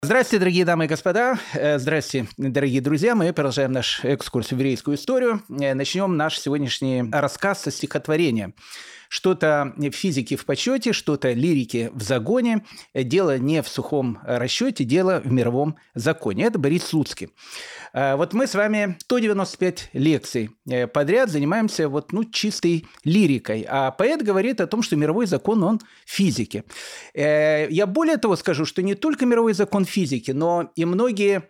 Здравствуйте, дорогие дамы и господа. Здравствуйте, дорогие друзья. Мы продолжаем наш экскурс в еврейскую историю. Начнем наш сегодняшний рассказ со стихотворения. Что-то физики в почете, что-то лирики в загоне. Дело не в сухом расчете, дело в мировом законе. Это Борис Слуцкий. Вот мы с вами 195 лекций подряд занимаемся чистой лирикой. А поэт говорит о том, что мировой закон, он в физике. Я более того скажу, что не только мировой закон физики, но и многие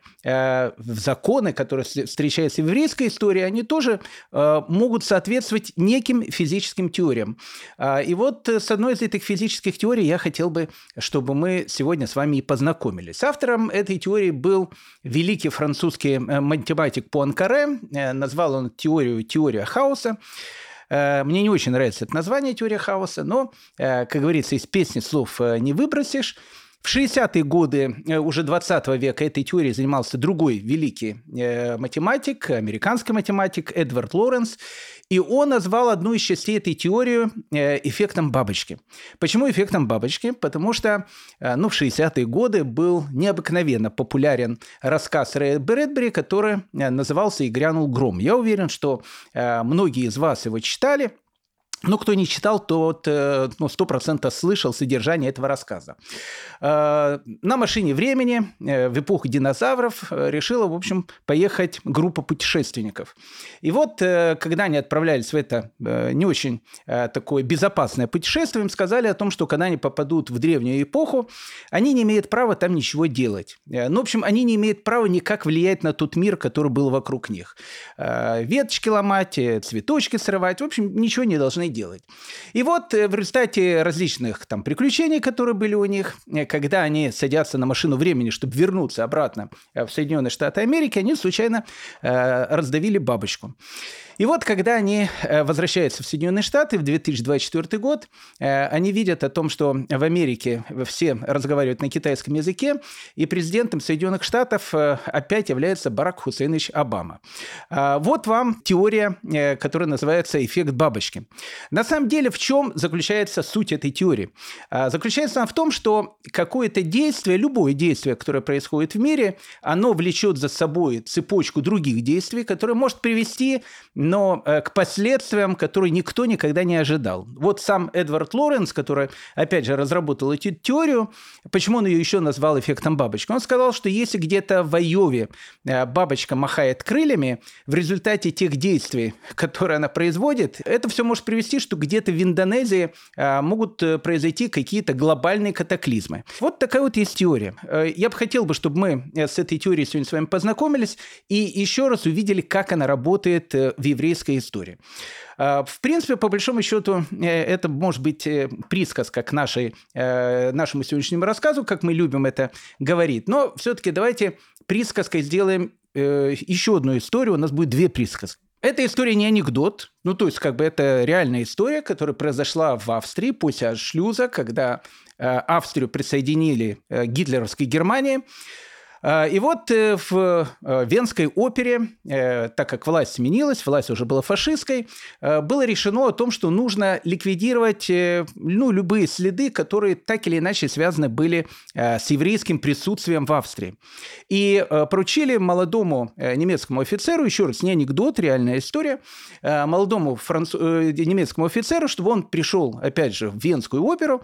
законы, которые встречаются в еврейской истории, они тоже могут соответствовать неким физическим теориям. И вот с одной из этих физических теорий я хотел бы, чтобы мы сегодня с вами и познакомились. Автором этой теории был великий французский математик Пуанкаре. Назвал он теорию «теория хаоса». Мне не очень нравится это название «теория хаоса», но, как говорится, из песни слов не выбросишь. В 60-е годы уже 20 века этой теорией занимался другой великий математик, американский математик Эдвард Лоренс, и он назвал одну из частей этой теории эффектом бабочки. Почему эффектом бабочки? Потому что в 60-е годы был необыкновенно популярен рассказ Рэя Брэдбери, который назывался «И грянул гром». Я уверен, что многие из вас его читали. Но кто не читал, тот 100% слышал содержание этого рассказа. На машине времени в эпоху динозавров решила, в общем, поехать группа путешественников. И вот, когда они отправлялись в это не очень такое безопасное путешествие, им сказали о том, что когда они попадут в древнюю эпоху, они не имеют права там ничего делать. В общем, они не имеют права никак влиять на тот мир, который был вокруг них. Веточки ломать, цветочки срывать, в общем, ничего не должны делать. И вот в результате различных там приключений, которые были у них, когда они садятся на машину времени, чтобы вернуться обратно в Соединенные Штаты Америки, они случайно раздавили бабочку. И вот, когда они возвращаются в Соединенные Штаты в 2024 год, они видят о том, что в Америке все разговаривают на китайском языке, и президентом Соединенных Штатов опять является Барак Хусейнович Обама. Вот вам теория, которая называется «эффект бабочки». На самом деле, в чем заключается суть этой теории? Заключается она в том, что какое-то действие, любое действие, которое происходит в мире, оно влечет за собой цепочку других действий, которые может привести к последствиям, которые никто никогда не ожидал. Вот сам Эдвард Лоренс, который, опять же, разработал эту теорию, почему он ее еще назвал эффектом бабочки? Он сказал, что если где-то в Айове бабочка махает крыльями, в результате тех действий, которые она производит, это все может привести, что где-то в Индонезии могут произойти какие-то глобальные катаклизмы. Вот такая вот есть теория. Я бы хотел, чтобы мы с этой теорией сегодня с вами познакомились и еще раз увидели, как она работает в еврейской истории. В принципе, по большому счету, это может быть присказка к нашему сегодняшнему рассказу, как мы любим это говорить. Но все-таки давайте присказкой сделаем еще одну историю. У нас будет две присказки. Эта история не анекдот, это реальная история, которая произошла в Австрии после Аншлюза, когда Австрию присоединили к гитлеровской Германии. И вот в Венской опере, так как власть сменилась, власть уже была фашистской, было решено о том, что нужно ликвидировать любые следы, которые так или иначе связаны были с еврейским присутствием в Австрии. И поручили молодому немецкому офицеру, еще раз, не анекдот, реальная история, молодому немецкому офицеру, чтобы он пришел, опять же, в Венскую оперу,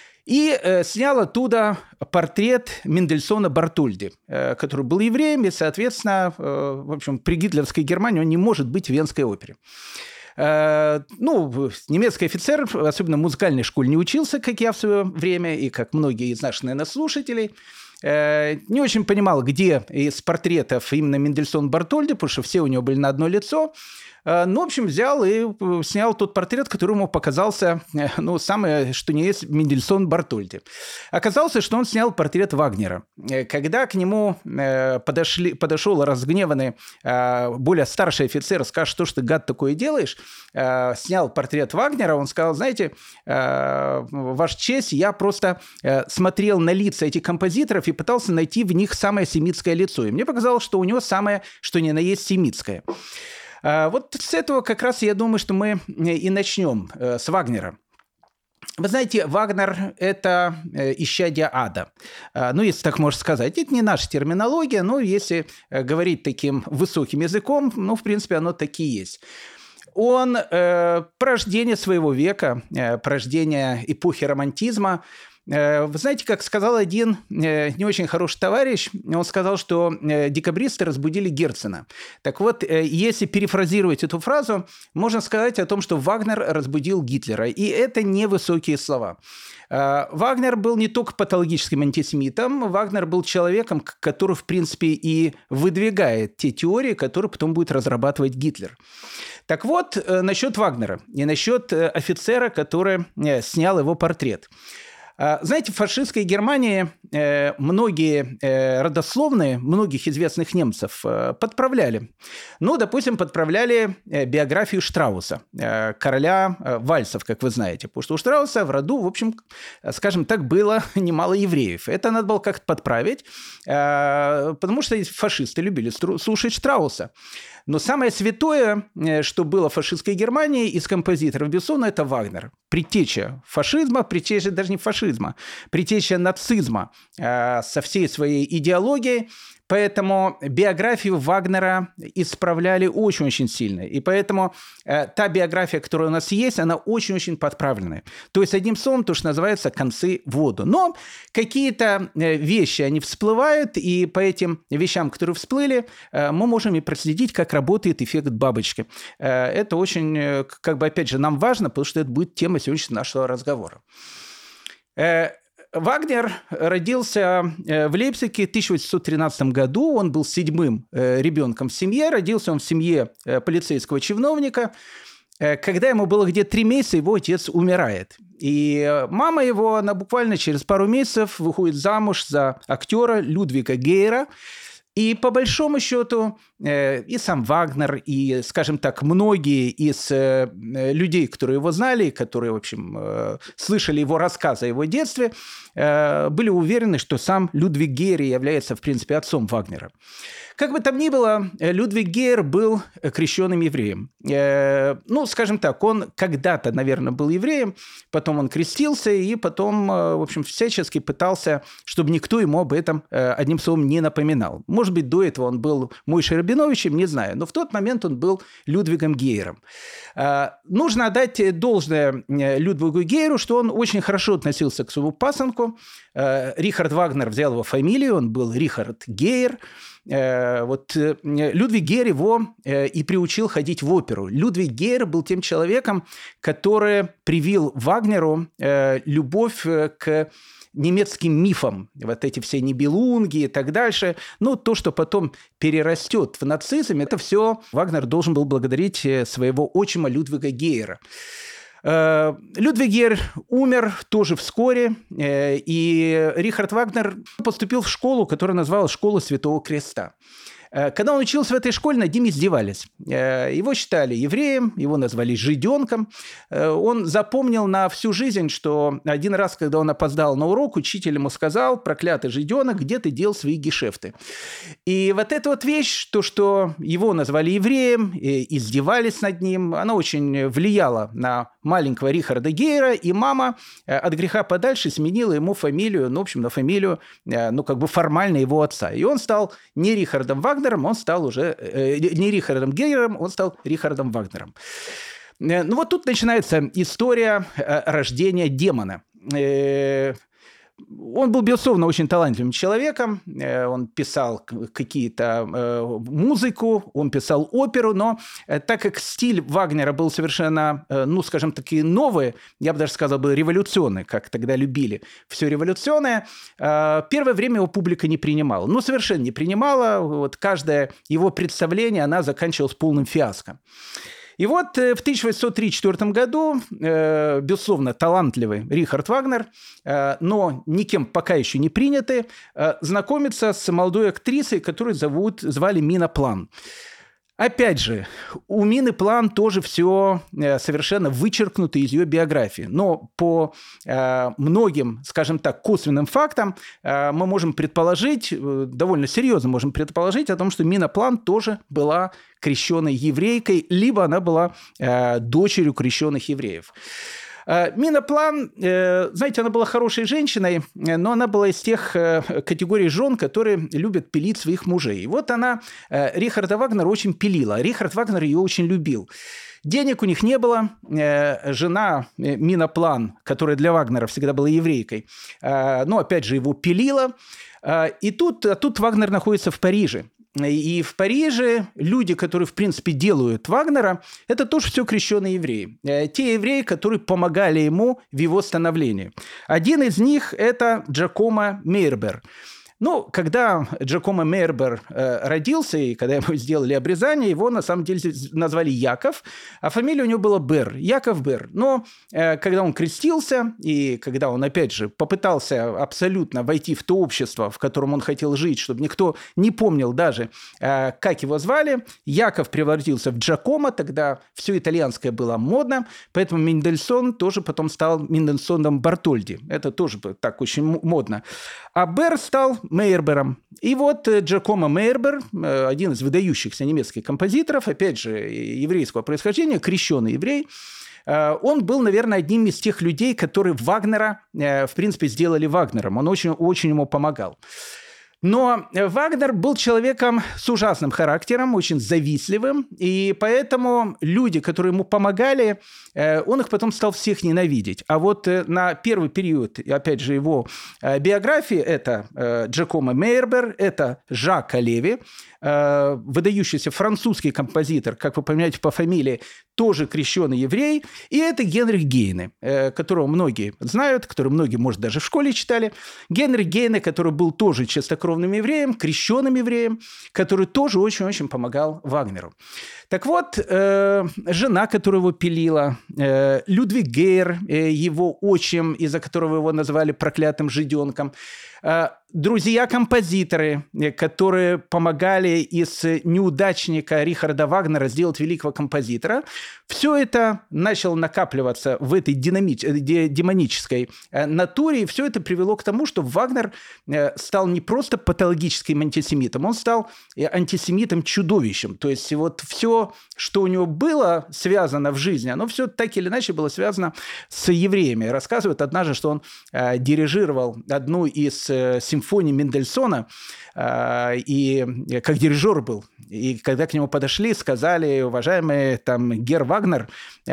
и снял оттуда портрет Мендельсона Бартольди, который был евреем, и, соответственно, при гитлеровской Германии он не может быть в Венской опере. Немецкий офицер, особенно в музыкальной школе, не учился, как я в свое время, и как многие из наших, наверное, слушателей. Не очень понимал, где из портретов именно Мендельсон Бартольди, потому что все у него были на одно лицо. В общем, взял и снял тот портрет, который ему показался, самое, что не есть, Мендельсон Бартольди. Оказалось, что он снял портрет Вагнера. Когда к нему подошел разгневанный, более старший офицер, сказал, что ж ты, гад, такое делаешь, снял портрет Вагнера, он сказал, знаете, Ваша честь, я просто смотрел на лица этих композиторов и пытался найти в них самое семитское лицо. И мне показалось, что у него самое, что ни на есть, семитское. Вот с этого как раз я думаю, что мы и начнем с Вагнера. Вы знаете, Вагнер – это исчадие ада. Ну, если так можно сказать. Это не наша терминология, но если говорить таким высоким языком, ну, в принципе, оно таки и есть. Он порождение своего века, порождение эпохи романтизма. Вы знаете, как сказал один не очень хороший товарищ, он сказал, что декабристы разбудили Герцена. Так вот, если перефразировать эту фразу, можно сказать о том, что Вагнер разбудил Гитлера. И это не высокие слова. Вагнер был не только патологическим антисемитом, Вагнер был человеком, который, в принципе, и выдвигает те теории, которые потом будет разрабатывать Гитлер. Так вот, насчет Вагнера и насчет офицера, который снял его портрет. Знаете, в фашистской Германии многие родословные многих известных немцев подправляли. Ну, допустим, подправляли биографию Штрауса, короля вальсов, как вы знаете. Потому что у Штрауса в роду, в общем, скажем так, было немало евреев. Это надо было как-то подправить, потому что фашисты любили слушать Штрауса. Но самое святое, что было в фашистской Германии из композиторов Бессона, это Вагнер. Предтеча фашизма, предтеча даже не фашизма, предтеча нацизма со всей своей идеологией. Поэтому биографию Вагнера исправляли очень-очень сильно. И поэтому та биография, которая у нас есть, она очень-очень подправленная. То есть, одним словом, то, что называется, концы в воду. Но какие-то вещи, они всплывают, и по этим вещам, которые всплыли, мы можем и проследить, как работает эффект бабочки. Это очень, как бы, опять же, нам важно, потому что это будет тема сегодняшнего нашего разговора. Вагнер родился в Лейпциге в 1813 году. Он был 7-м ребенком в семье. Родился он в семье полицейского чиновника. Когда ему было где-то 3 месяца, его отец умирает. И мама его, она буквально через пару месяцев выходит замуж за актера Людвига Гейера. И по большому счету и сам Вагнер, и, скажем так, многие из людей, которые его знали, которые, в общем, слышали его рассказы о его детстве, были уверены, что сам Людвиг Гейер является, в принципе, отцом Вагнера. Как бы там ни было, Людвиг Гейер был крещенным евреем. Ну, скажем так, он когда-то, наверное, был евреем, потом он крестился, и потом, в общем, всячески пытался, чтобы никто ему об этом, одним словом, не напоминал. Может быть, до этого он был Мойшей Рабиновичем, не знаю, но в тот момент он был Людвигом Гейером. Нужно отдать должное Людвигу Гейеру, что он очень хорошо относился к своему пасынку. Рихард Вагнер взял его фамилию, он был Рихард Гейер. Вот Людвиг Гейер его и приучил ходить в оперу. Людвиг Гейер был тем человеком, который привил Вагнеру любовь к немецким мифам, вот эти все Нибелунги и так дальше. Ну, то, что потом перерастет в нацизм, это все Вагнер должен был благодарить своего отчима Людвига Гейера. Людвиг Гейер умер тоже вскоре, и Рихард Вагнер поступил в школу, которая называлась «Школа Святого Креста». Когда он учился в этой школе, над ним издевались. Его считали евреем, его назвали жиденком. Он запомнил на всю жизнь, что один раз, когда он опоздал на урок, учитель ему сказал: «Проклятый жиденок, где ты дел свои гешефты?» И вот эта вот вещь, то, что его назвали евреем, издевались над ним, она очень влияла на маленького Рихарда Гейера, и мама от греха подальше сменила ему фамилию, ну, в общем, на фамилию, ну, как бы формально его отца. И он стал не Рихардом Вагнером, он стал уже не Рихардом Гейером, он стал Рихардом Вагнером. Ну, вот тут начинается история рождения демона. Он был, безусловно, очень талантливым человеком. Он писал какие-то музыку, он писал оперу, но так как стиль Вагнера был совершенно, ну, скажем, такие новые, я бы даже сказал, был революционный, как тогда любили все революционное, первое время его публика не принимала. Ну, совершенно не принимала. Вот каждое его представление, она заканчивалась полным фиаско. И вот в 1834 году, безусловно, талантливый Рихард Вагнер, но никем пока еще не принятый, знакомится с молодой актрисой, которую звали Мина План. Опять же, у Мины План тоже все совершенно вычеркнуто из ее биографии. Но по многим, скажем так, косвенным фактам мы можем предположить, довольно серьезно можем предположить о том, что Мина План тоже была крещенной еврейкой, либо она была дочерью крещенных евреев. Мина План, знаете, она была хорошей женщиной, но она была из тех категорий жен, которые любят пилить своих мужей. И вот она Рихарда Вагнера очень пилила. Рихард Вагнер ее очень любил. Денег у них не было. Жена Мина План, которая для Вагнера всегда была еврейкой, но опять же его пилила. И тут Вагнер находится в Париже. И в Париже люди, которые, в принципе, делают Вагнера, это тоже все крещеные евреи. Те евреи, которые помогали ему в его становлении. Один из них – это Джакомо Мейербер. Ну, когда Джакомо Мейербер родился, и когда ему сделали обрезание, его на самом деле назвали Яков, а фамилия у него была Бер, Яков Бер. Но когда он крестился, и когда он, опять же, попытался абсолютно войти в то общество, в котором он хотел жить, чтобы никто не помнил даже, как его звали, Яков превратился в Джакомо, тогда все итальянское было модно, поэтому Мендельсон тоже потом стал Мендельсоном Бартольди. Это тоже так очень модно. А Бер стал Мейербером. И вот Джакомо Мейербер, один из выдающихся немецких композиторов, опять же, еврейского происхождения, крещеный еврей, он был, наверное, одним из тех людей, которые Вагнера, в принципе, сделали Вагнером. Он очень ему помогал. Но Вагнер был человеком с ужасным характером, очень завистливым, и поэтому люди, которые ему помогали, он их потом стал всех ненавидеть. А вот на первый период, опять же, его биографии, это Джакомо Мейербер, это Жак Олеви, выдающийся французский композитор, как вы понимаете по фамилии, тоже крещеный еврей, и это Генрих Гейне, которого многие знают, который многие, может, даже в школе читали. Генрих Гейне, который был тоже чистокровным евреем, крещеным евреем, который тоже очень-очень помогал Вагнеру. Так вот, жена, которая его пилила, Людвиг Гейер, его отчим, из-за которого его назвали проклятым жиденком, друзья-композиторы, которые помогали из неудачника Рихарда Вагнера сделать великого композитора. Все это начало накапливаться в этой демонической натуре, и все это привело к тому, что Вагнер стал не просто патологическим антисемитом, он стал антисемитом-чудовищем. То есть вот все, что у него было связано в жизни, оно все так или иначе было связано с евреями. Рассказывают однажды, что он дирижировал одну из симфоний Мендельсона, и как дирижер был. И когда к нему подошли, сказали: уважаемый там Гер Вагнер,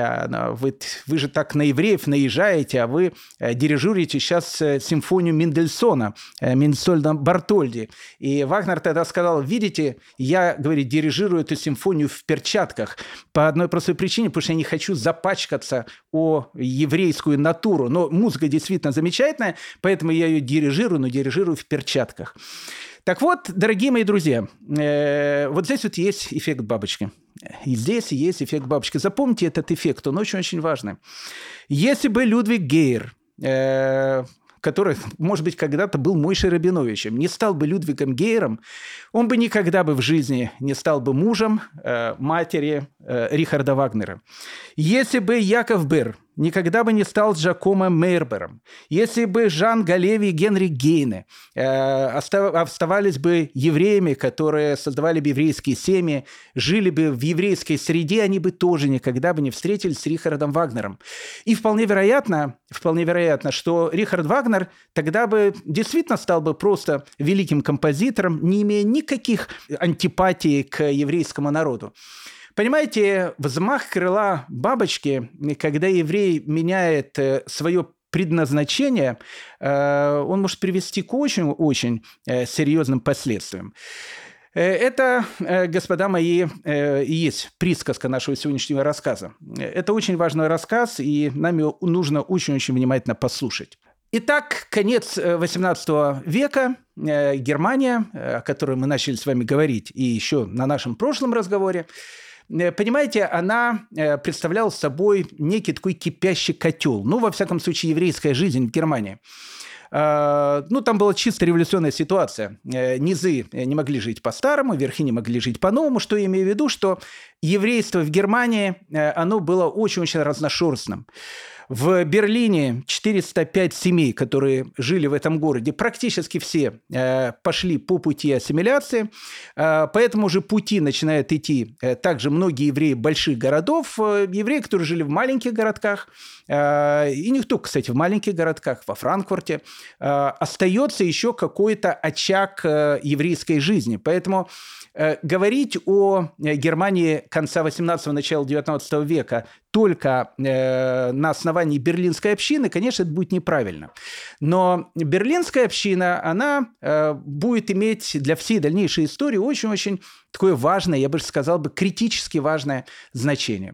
вы же так на евреев наезжаете, а вы дирижируете сейчас симфонию Мендельсона Бартольди. И Вагнер тогда сказал: видите, я, говорит, дирижирую эту симфонию в перчатках по одной простой причине, потому что я не хочу запачкаться о еврейскую натуру. Но музыка действительно замечательная, поэтому я ее дирижирую, но дирижирую в перчатках. Так вот, дорогие мои друзья, вот здесь вот есть эффект бабочки. И здесь есть эффект бабочки. Запомните этот эффект, он очень-очень важный. Если бы Людвиг Гейер, который, может быть, когда-то был Мойшей Рабиновичем, не стал бы Людвигом Гейером, он бы никогда бы в жизни не стал бы мужем матери Рихарда Вагнера. Если бы Яков Бер никогда бы не стал Джакомо Мейербером, если бы Жан Галеви и Генрих Гейне оставались бы евреями, которые создавали бы еврейские семьи, жили бы в еврейской среде, они бы тоже никогда бы не встретились с Рихардом Вагнером. И вполне вероятно, что Рихард Вагнер тогда бы действительно стал бы просто великим композитором, не имея никаких антипатий к еврейскому народу. Понимаете, взмах крыла бабочки, когда еврей меняет свое предназначение, он может привести к очень-очень серьезным последствиям. Это, господа мои, и есть присказка нашего сегодняшнего рассказа. Это очень важный рассказ, и нам его нужно очень-очень внимательно послушать. Итак, конец XVIII века, Германия, о которой мы начали с вами говорить и еще на нашем прошлом разговоре, понимаете, она представляла собой некий такой кипящий котел. Ну, во всяком случае, еврейская жизнь в Германии. Ну, там была чисто революционная ситуация. Низы не могли жить по-старому, верхи не могли жить по-новому. Что я имею в виду? Что еврейство в Германии, оно было очень-очень разношерстным. В Берлине 405 семей, которые жили в этом городе, практически все пошли по пути ассимиляции. По этому же пути начинают идти также многие евреи больших городов, евреи, которые жили в маленьких городках, и не только, кстати, в маленьких городках, во Франкфурте, остается еще какой-то очаг еврейской жизни. Поэтому говорить о Германии конца 18-го, начала 19 века только на основании берлинской общины, конечно, это будет неправильно. Но берлинская община, она будет иметь для всей дальнейшей истории очень-очень такое важное, я бы сказал, критически важное значение.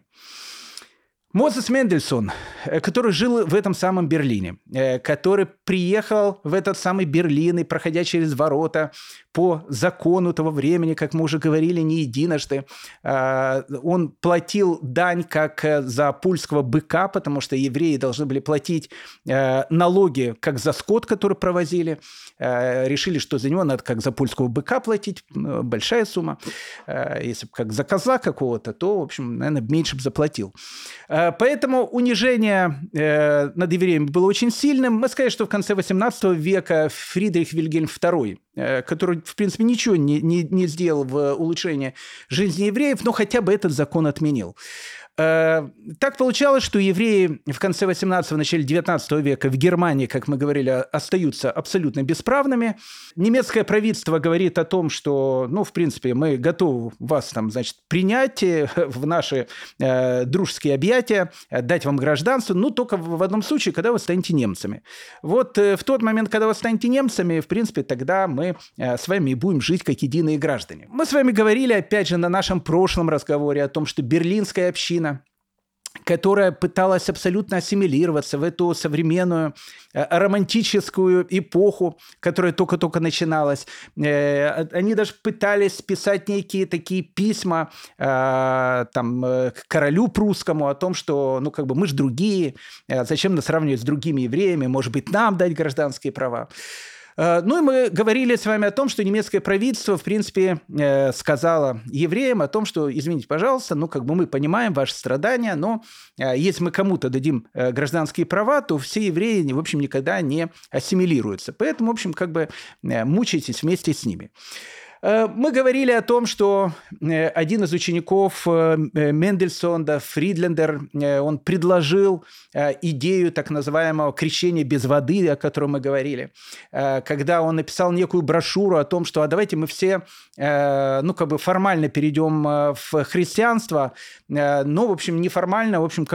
Мозес Мендельсон, который жил в этом самом Берлине, который приехал в этот самый Берлин и, проходя через ворота по закону того времени, как мы уже говорили не единожды, он платил дань как за пульского быка, потому что евреи должны были платить налоги как за скот, который провозили. Решили, что за него надо как за пульского быка платить, большая сумма. Если бы как за козла какого-то, то, в общем, наверное, меньше бы заплатил. Поэтому унижение над евреями было очень сильным. Мы сказали, что в конце XVIII века Фридрих Вильгельм II, который, в принципе, ничего не сделал в улучшении жизни евреев, но хотя бы этот закон отменил. Так получалось, что евреи в конце 18-го, начале 19 века в Германии, как мы говорили, остаются абсолютно бесправными. Немецкое правительство говорит о том, что, в принципе, мы готовы вас там, значит, принять в наши дружеские объятия, дать вам гражданство, только в одном случае, когда вы станете немцами. Вот в тот момент, когда вы станете немцами, в принципе, тогда мы с вами будем жить как единые граждане. Мы с вами говорили, опять же, на нашем прошлом разговоре о том, что берлинская община, которая пыталась абсолютно ассимилироваться в эту современную романтическую эпоху, которая только-только начиналась. Они даже пытались писать некие такие письма к королю прусскому о том, что мы же другие, зачем нас сравнивать с другими евреями, может быть, нам дать гражданские права. И мы говорили с вами о том, что немецкое правительство, в принципе, сказало евреям о том, что, извините, пожалуйста, мы понимаем ваши страдания, но если мы кому-то дадим гражданские права, то все евреи, в общем, никогда не ассимилируются. Поэтому, в общем, мучайтесь вместе с ними. Мы говорили о том, что один из учеников Мендельсона, Фридлендер, он предложил идею так называемого крещения без воды, о котором мы говорили, когда он написал некую брошюру о том, что давайте мы все формально перейдем в христианство, но, в общем, неформально, в общем,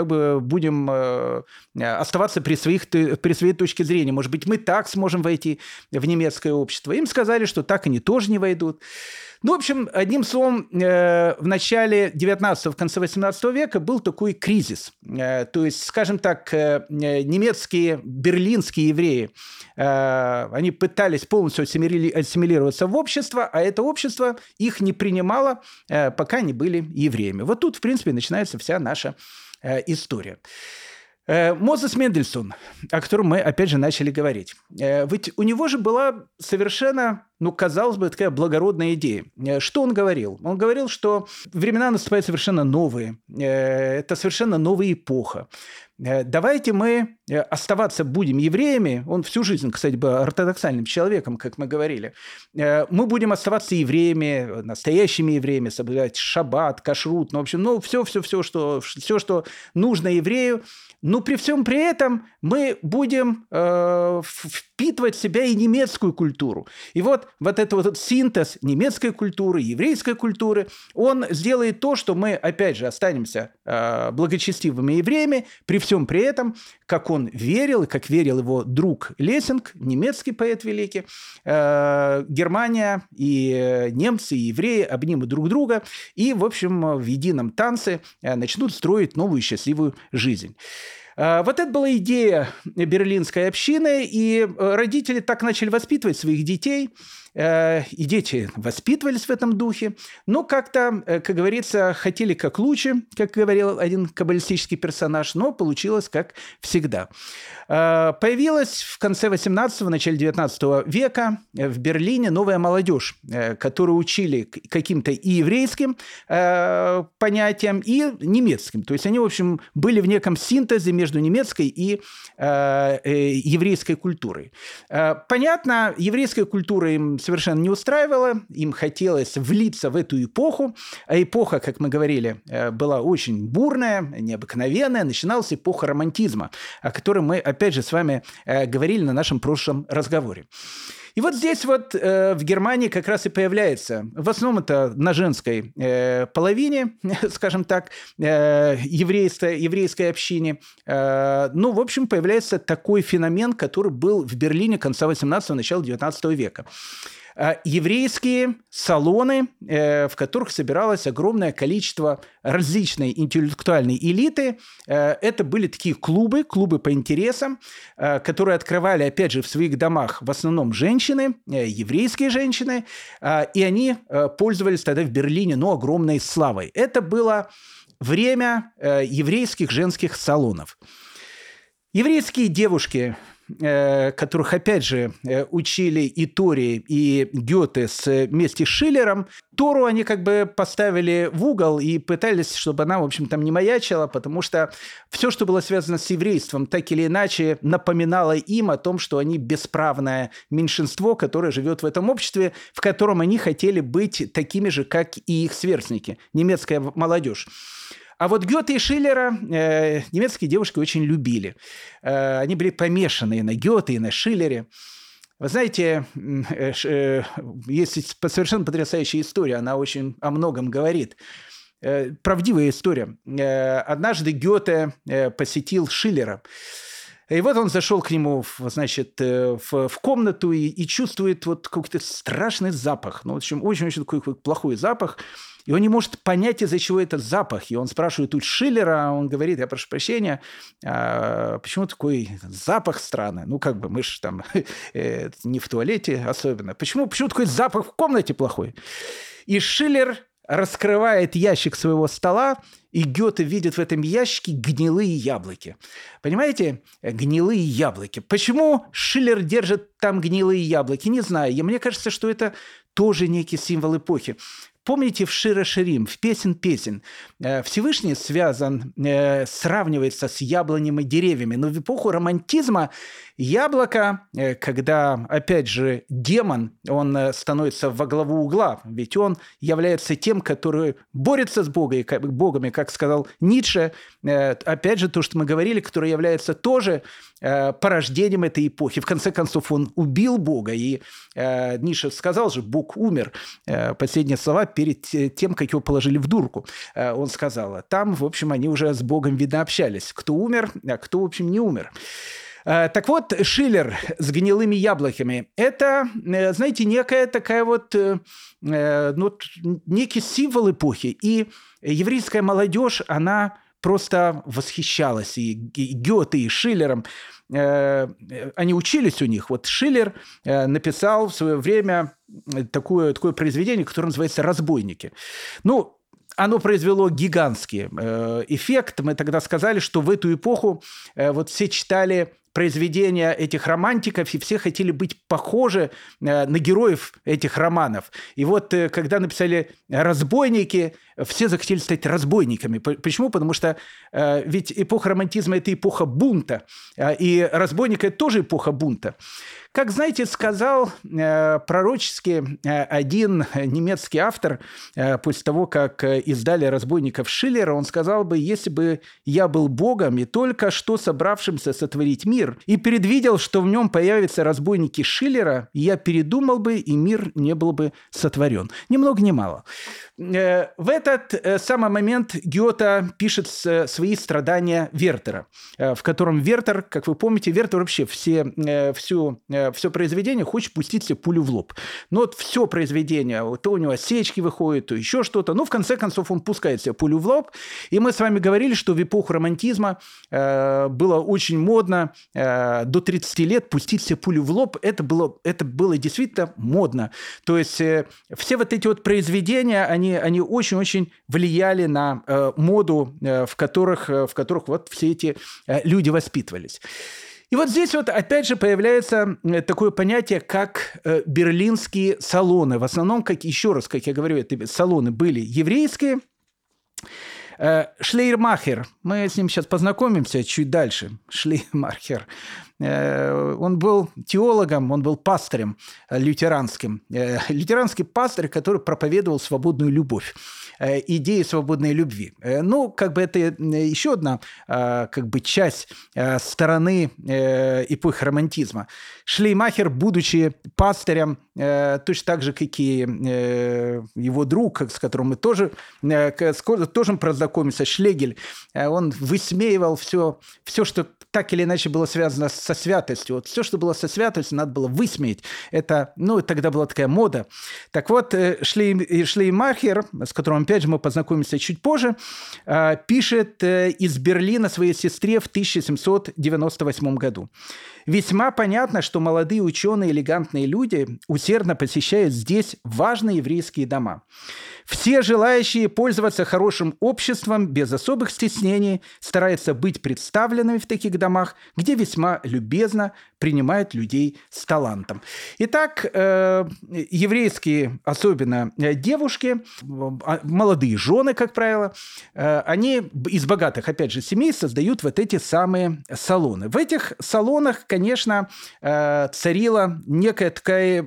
будем оставаться при своей точке зрения. Может быть, мы так сможем войти в немецкое общество. Им сказали, что так они тоже не войдут. В общем, одним словом, в начале 19-го, в конце 18 века был такой кризис. То есть, скажем так, немецкие, берлинские евреи, они пытались полностью ассимилироваться в общество, а это общество их не принимало, пока они были евреями. Вот тут, в принципе, начинается вся наша история. Мозес Мендельсон, о котором мы, опять же, начали говорить. Ведь у него же была совершенно, казалось бы, такая благородная идея. Что он говорил? Он говорил, что времена наступают совершенно новые. Это совершенно новая эпоха. Давайте мы оставаться будем евреями. Он всю жизнь, кстати, был ортодоксальным человеком, как мы говорили. Мы будем оставаться евреями, настоящими евреями, соблюдать шаббат, кашрут, в общем, все, что нужно еврею. Но при всем при этом мы будем впитывать в себя и немецкую культуру. И вот этот синтез немецкой культуры, еврейской культуры, он сделает то, что мы, опять же, останемся благочестивыми евреями, при всем при этом, как он верил, и как верил его друг Лессинг, немецкий поэт великий, Германия и немцы, и евреи обнимут друг друга и, в общем, в едином танце начнут строить новую счастливую жизнь. Вот это была идея берлинской общины, и родители так начали воспитывать своих детей. и дети воспитывались в этом духе, но как-то, как говорится, хотели как лучше, как говорил один каббалистический персонаж, но получилось как всегда. Появилась в конце 18-го, начале 19 века в Берлине новая молодежь, которую учили каким-то и еврейским понятиям, и немецким. То есть они, в общем, были в неком синтезе между немецкой и еврейской культурой. Понятно, еврейская культура им совершенно не устраивала, им хотелось влиться в эту эпоху, а эпоха, как мы говорили, была очень бурная, необыкновенная, начиналась эпоха романтизма, о которой мы, опять же, с вами говорили на нашем прошлом разговоре. И вот здесь вот в Германии как раз и появляется, в основном это на женской половине, скажем так, еврейской общине, ну, в общем, появляется такой феномен, который был в Берлине конца 18-го, начала 19 века. Еврейские салоны, в которых собиралось огромное количество различной интеллектуальной элиты. Это были такие клубы по интересам, которые открывали, опять же, в своих домах в основном женщины, еврейские женщины, и они пользовались тогда в Берлине, огромной славой. Это было время еврейских женских салонов. Еврейские девушки, которых, опять же, учили и Тори, и Гёте вместе с Шиллером, Тору они как бы поставили в угол и пытались, чтобы она, в общем, там не маячила, потому что все, что было связано с еврейством, так или иначе напоминало им о том, что они бесправное меньшинство, которое живет в этом обществе, в котором они хотели быть такими же, как и их сверстники, немецкая молодежь. А вот Гёте и Шиллера немецкие девушки очень любили. Они были помешаны и на Гёте, и на Шиллере. Вы знаете, есть совершенно потрясающая история, она очень о многом говорит. Правдивая история. Однажды Гёте посетил Шиллера. И вот он зашел к нему, значит, в комнату и чувствует вот какой-то страшный запах. Ну, в общем, очень-очень такой плохой запах. И он не может понять, из-за чего этот запах. И он спрашивает у Шиллера, он говорит: я прошу прощения, почему такой запах странный? Ну, как бы мы же там не в туалете особенно. Почему такой запах в комнате плохой? И Шиллер раскрывает ящик своего стола, и Гёте видит в этом ящике гнилые яблоки. Понимаете? Гнилые яблоки. Почему Шиллер держит там гнилые яблоки? Не знаю. И мне кажется, что это тоже некий символ эпохи. Помните в Шир ха-Ширим, в «Песен» Всевышний сравнивается с яблонями деревьями. Но в эпоху романтизма яблоко, когда, опять же, демон, он становится во главу угла, ведь он является тем, который борется с богами, как сказал Ницше, опять же, то, что мы говорили, который является тоже порождением этой эпохи. В конце концов, он убил Бога, и Ницше сказал же: Бог умер. Последние слова перед тем, как его положили в дурку, он сказал. Там, в общем, они уже с Богом, видно, общались. Кто умер, а кто, в общем, не умер. Так вот, Шиллер с гнилыми яблоками – это, знаете, некая такая вот, некий символ эпохи. И еврейская молодежь, она просто восхищалась и Гёте, и Шиллером. Они учились у них. Вот Шиллер написал в свое время такое произведение, которое называется «Разбойники». Ну, оно произвело гигантский эффект. Мы тогда сказали, что в эту эпоху вот все читали произведения этих романтиков, и все хотели быть похожи на героев этих романов. И вот когда написали «Разбойники», все захотели стать разбойниками. Почему? Потому что ведь эпоха романтизма – это эпоха бунта, и «Разбойник» – это тоже эпоха бунта. Как, знаете, сказал пророчески один немецкий автор после того, как издали «Разбойников» Шиллера, он сказал бы: если бы я был Богом и только что собравшимся сотворить мир, и предвидел, что в нем появятся разбойники Шиллера, я передумал бы, и мир не был бы сотворен. Ни много ни мало. В этот самый момент Гёте пишет свои страдания Вертера, в котором Вертер, как вы помните, Вертер вообще все произведение хочет пустить себе пулю в лоб. Но вот все произведение, то у него осечки выходят, то еще что-то, но в конце концов он пускает себе пулю в лоб. И мы с вами говорили, что в эпоху романтизма было очень модно до 30 лет пустить себе пулю в лоб, это было действительно модно. То есть все вот эти вот произведения, они очень-очень влияли на моду, в которых вот все эти люди воспитывались. И вот здесь вот опять же появляется такое понятие, как берлинские салоны. В основном, как я говорю, это салоны были еврейские. Шлейермахер, мы с ним сейчас познакомимся чуть дальше. Шлейермахер. Он был теологом, он был пастырем лютеранским. Лютеранский пастырь, который проповедовал свободную любовь, идеи свободной любви. Ну, как бы это еще одна как бы часть стороны эпохи романтизма. Шлейермахер, будучи пастырем, точно так же, как и его друг, с которым мы тоже познакомимся, Шлегель, он высмеивал все, что так или иначе было связано со святостью. Вот все, что было со святостью, надо было высмеять. Это, тогда была такая мода. Так вот, Шлейермахер, с которым, опять же, мы познакомимся чуть позже, пишет из Берлина своей сестре в 1798 году. Весьма понятно, что молодые ученые, элегантные люди усердно посещают здесь важные еврейские дома. Все желающие пользоваться хорошим обществом без особых стеснений стараются быть представленными в таких домах, где весьма любезно принимают людей с талантом. Итак, еврейские, особенно девушки, молодые жены, как правило, они из богатых, опять же, семей создают вот эти самые салоны. В этих салонах, конечно, царила некая такая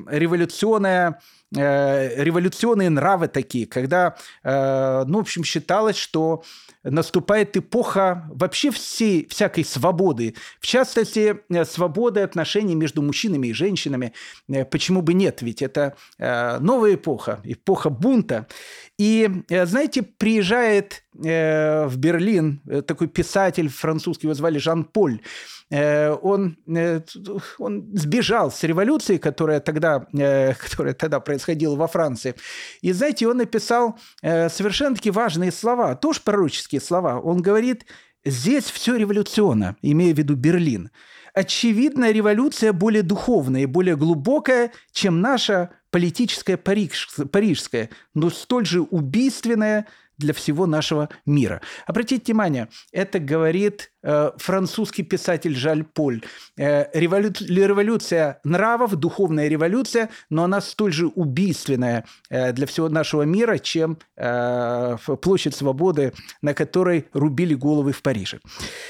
революционные нравы такие, когда, в общем, считалось, что наступает эпоха вообще всякой свободы, в частности, свободы отношений между мужчинами и женщинами. Почему бы нет? Ведь это новая эпоха бунта. И, знаете, приезжает в Берлин такой писатель французский, его звали Жан-Поль. Он сбежал с революции, которая тогда происходила во Франции. И, знаете, он написал совершенно такие важные слова, тоже пророческие слова. Он говорит: «Здесь все революционно», имея в виду Берлин. «Очевидно, революция более духовная и более глубокая, чем наша политическая парижская, но столь же убийственная для всего нашего мира». Обратите внимание, это говорит французский писатель Жан-Поль. Революция нравов, духовная революция, но она столь же убийственная для всего нашего мира, чем площадь Свободы, на которой рубили головы в Париже.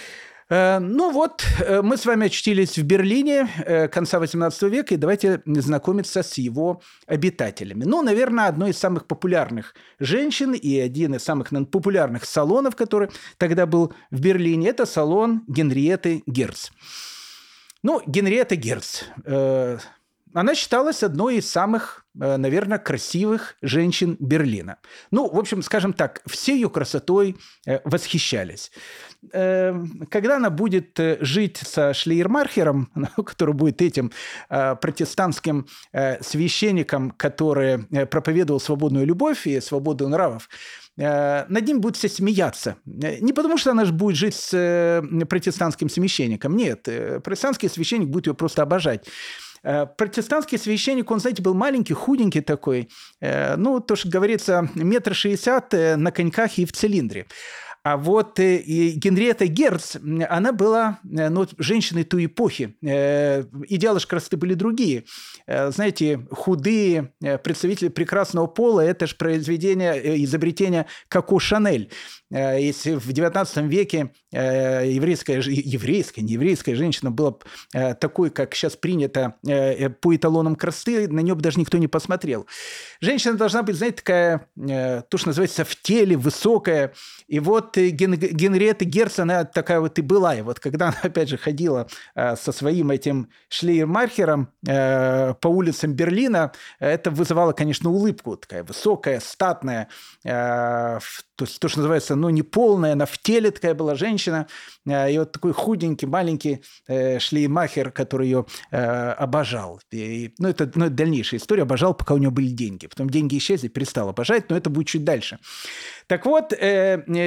Мы с вами очутились в Берлине конца XVIII века, и давайте знакомиться с его обитателями. Наверное, одной из самых популярных женщин и один из самых популярных салонов, который тогда был в Берлине, это салон Генриетты Герц. Генриетта Герц, она считалась одной из самых, наверное, красивых женщин Берлина. В общем, скажем так, все ее красотой восхищались. Когда она будет жить со Шлейермахером, который будет этим протестантским священником, который проповедовал свободную любовь и свободу нравов, над ним будут все смеяться. Не потому, что она же будет жить с протестантским священником. Нет, протестантский священник будет ее просто обожать. Протестантский священник, он, знаете, был маленький, худенький такой. То, что говорится, 1,60 м на коньках и в цилиндре. А вот Генриетта Герц, она была женщиной той эпохи. Идеалы же красоты были другие. Знаете, худые представители прекрасного пола – это же изобретение Коко Шанель. Если в XIX веке нееврейская женщина была такой, как сейчас принято по эталонам красоты, на нее бы даже никто не посмотрел. Женщина должна быть, знаете, такая, то, что называется, в теле, высокая. И вот Генриетта Герц, она такая вот и была. И вот когда она, опять же, ходила со своим этим Шлейермахером по улицам Берлина, это вызывало, конечно, улыбку. Такая высокая, статная, то, что называется, не полная, она в теле такая была женщина. И вот такой худенький, маленький Шлейермахер, который ее обожал. Это дальнейшая история. Обожал, пока у него были деньги. Потом деньги исчезли, перестал обожать, но это будет чуть дальше. Так вот,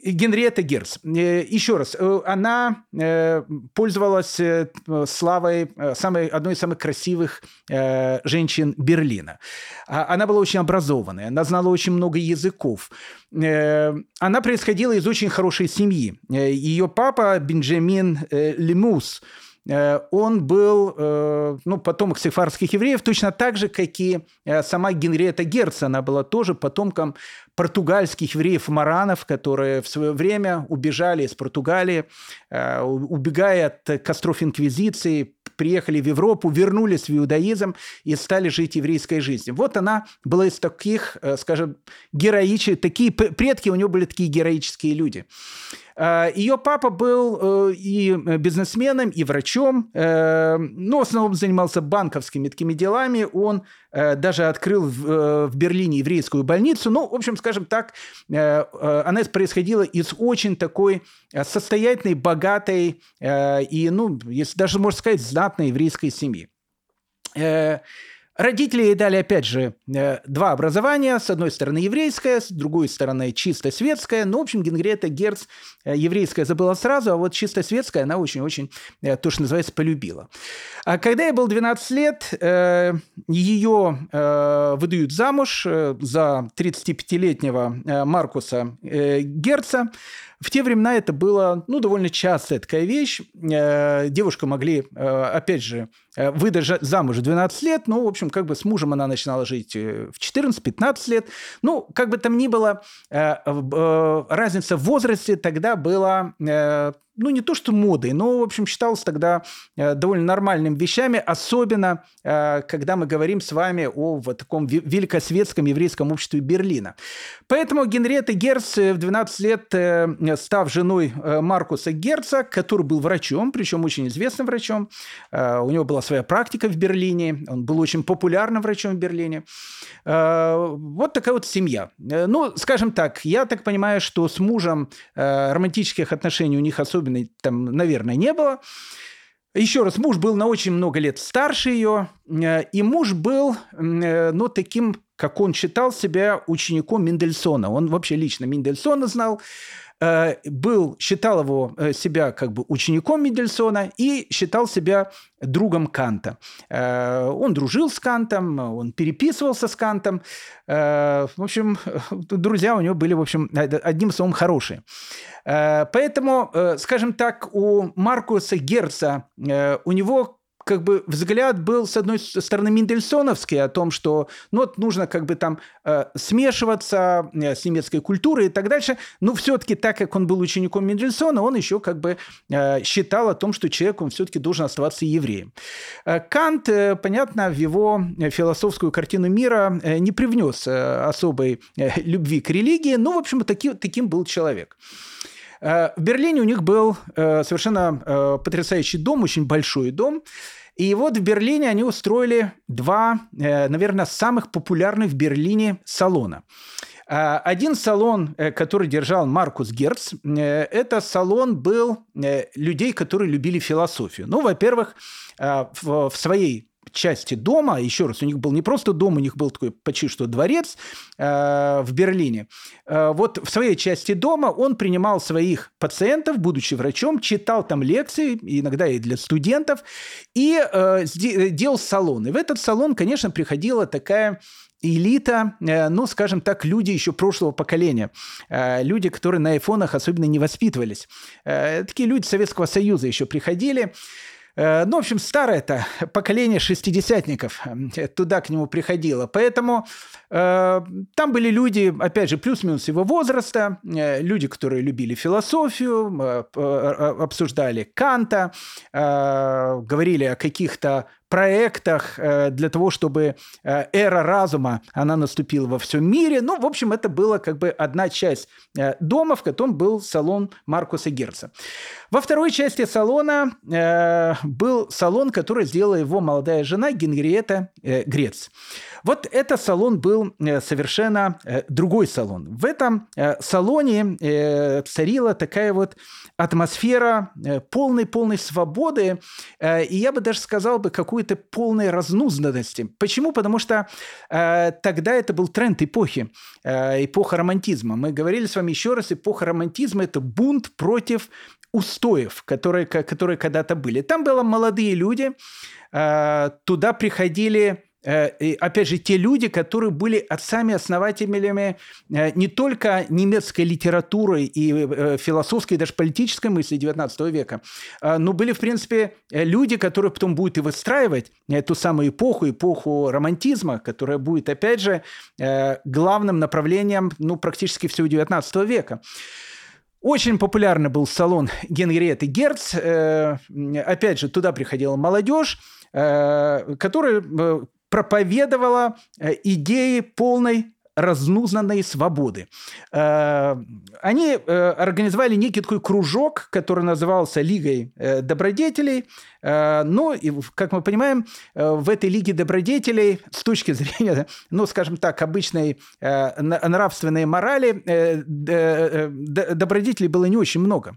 Генриетта Герц. Еще раз, она пользовалась славой одной из самых красивых женщин Берлина. Она была очень образованная, она знала очень много языков. Она происходила из очень хорошей семьи. Ее папа Бенджамин Лемус, он был потомок сефардских евреев, точно так же, как и сама Генриетта Герц. Она была тоже потомком португальских евреев-маранов, которые в свое время убежали из Португалии, убегая от костров инквизиции, приехали в Европу, вернулись в иудаизм и стали жить еврейской жизнью. Вот она была из таких, скажем, героических, такие предки у нее были такие героические люди. Ее папа был и бизнесменом, и врачом, но в основном занимался банковскими такими делами. Он даже открыл в Берлине еврейскую больницу. Ну, в общем, скажем так, она происходила из очень такой состоятельной, богатой и, если даже можно сказать, знатной еврейской семьи. Родители ей дали, опять же, два образования. С одной стороны, еврейское, с другой стороны, чисто светское. Ну, в общем, Генриетта Герц еврейское забыла сразу, а вот чисто светское она очень-очень, то, что называется, полюбила. А когда ей было 12 лет, ее выдают замуж за 35-летнего Маркуса Герца. В те времена это было, довольно частая такая вещь. Девушку могли, опять же, выдать замуж в 12 лет, в общем, с мужем она начинала жить в 14-15 лет. Как бы там ни было, разница в возрасте тогда была... не то что модой, но, в общем, считалось тогда довольно нормальными вещами, особенно когда мы говорим с вами о таком великосветском еврейском обществе Берлина. Поэтому Генриетта Герц в 12 лет, став женой Маркуса Герца, который был врачом, причем очень известным врачом, у него была своя практика в Берлине, он был очень популярным врачом в Берлине. Вот такая вот семья. Скажем так, я так понимаю, что с мужем романтических отношений у них особенно там, наверное, не было. Еще раз, муж был на очень много лет старше ее, и муж был, таким, как он считал себя, учеником Мендельсона. Он вообще лично Мендельсона знал, считал себя учеником Мендельсона и считал себя другом Канта. Он дружил с Кантом, он переписывался с Кантом. В общем, друзья у него были, в общем, одним словом, хорошие. Поэтому, скажем так, у Маркуса Герца, у него взгляд был, с одной стороны, мендельсоновский, о том, что нужно смешиваться с немецкой культурой и так дальше. Но все-таки, так как он был учеником Мендельсона, он еще считал о том, что человек, он все-таки должен оставаться евреем. Кант, понятно, в его философскую картину мира не привнес особой любви к религии, но, в общем, таким был человек. В Берлине у них был совершенно потрясающий дом, очень большой дом. И вот в Берлине они устроили два, наверное, самых популярных в Берлине салона. Один салон, который держал Маркус Герц, это салон был людей, которые любили философию. Во-первых, в своей части дома, еще раз, у них был не просто дом, у них был такой почти что дворец в Берлине. Вот в своей части дома он принимал своих пациентов, будучи врачом, читал там лекции, иногда и для студентов, и делал салон. И в этот салон, конечно, приходила такая элита, скажем так, люди еще прошлого поколения. Люди, которые на айфонах особенно не воспитывались. Такие люди Советского Союза еще приходили. В общем, старое-то поколение шестидесятников туда к нему приходило. Поэтому там были люди, опять же, плюс-минус его возраста, люди, которые любили философию, обсуждали Канта, говорили о каких-то проектах для того, чтобы эра разума, она наступила во всем мире. В общем, это была одна часть дома, в котором был салон Маркуса Герца. Во второй части салона был салон, который сделала его молодая жена Генриетта Герц. Вот этот салон был совершенно другой салон. В этом салоне царила такая вот атмосфера полной свободы, и я бы даже сказал бы какой-то полной разнузданности. Почему? Потому что тогда это был тренд эпохи, эпоха романтизма. Мы говорили с вами еще раз, эпоха романтизма – это бунт против устоев, которые когда-то были. Там были молодые люди, туда приходили, опять же, те люди, которые были отцами-основателями не только немецкой литературы и философской, даже политической мысли XIX века, но были, в принципе, люди, которые потом будут и выстраивать эту самую эпоху романтизма, которая будет, опять же, главным направлением практически всего XIX века. Очень популярный был салон Генриетты Герц. Опять же, туда приходила молодежь, которая проповедовала идеи полной разнузданной свободы. Они организовали некий такой кружок, который назывался Лигой добродетелей. Но, как мы понимаем, в этой Лиге добродетелей с точки зрения, скажем так, обычной нравственной морали, добродетелей было не очень много.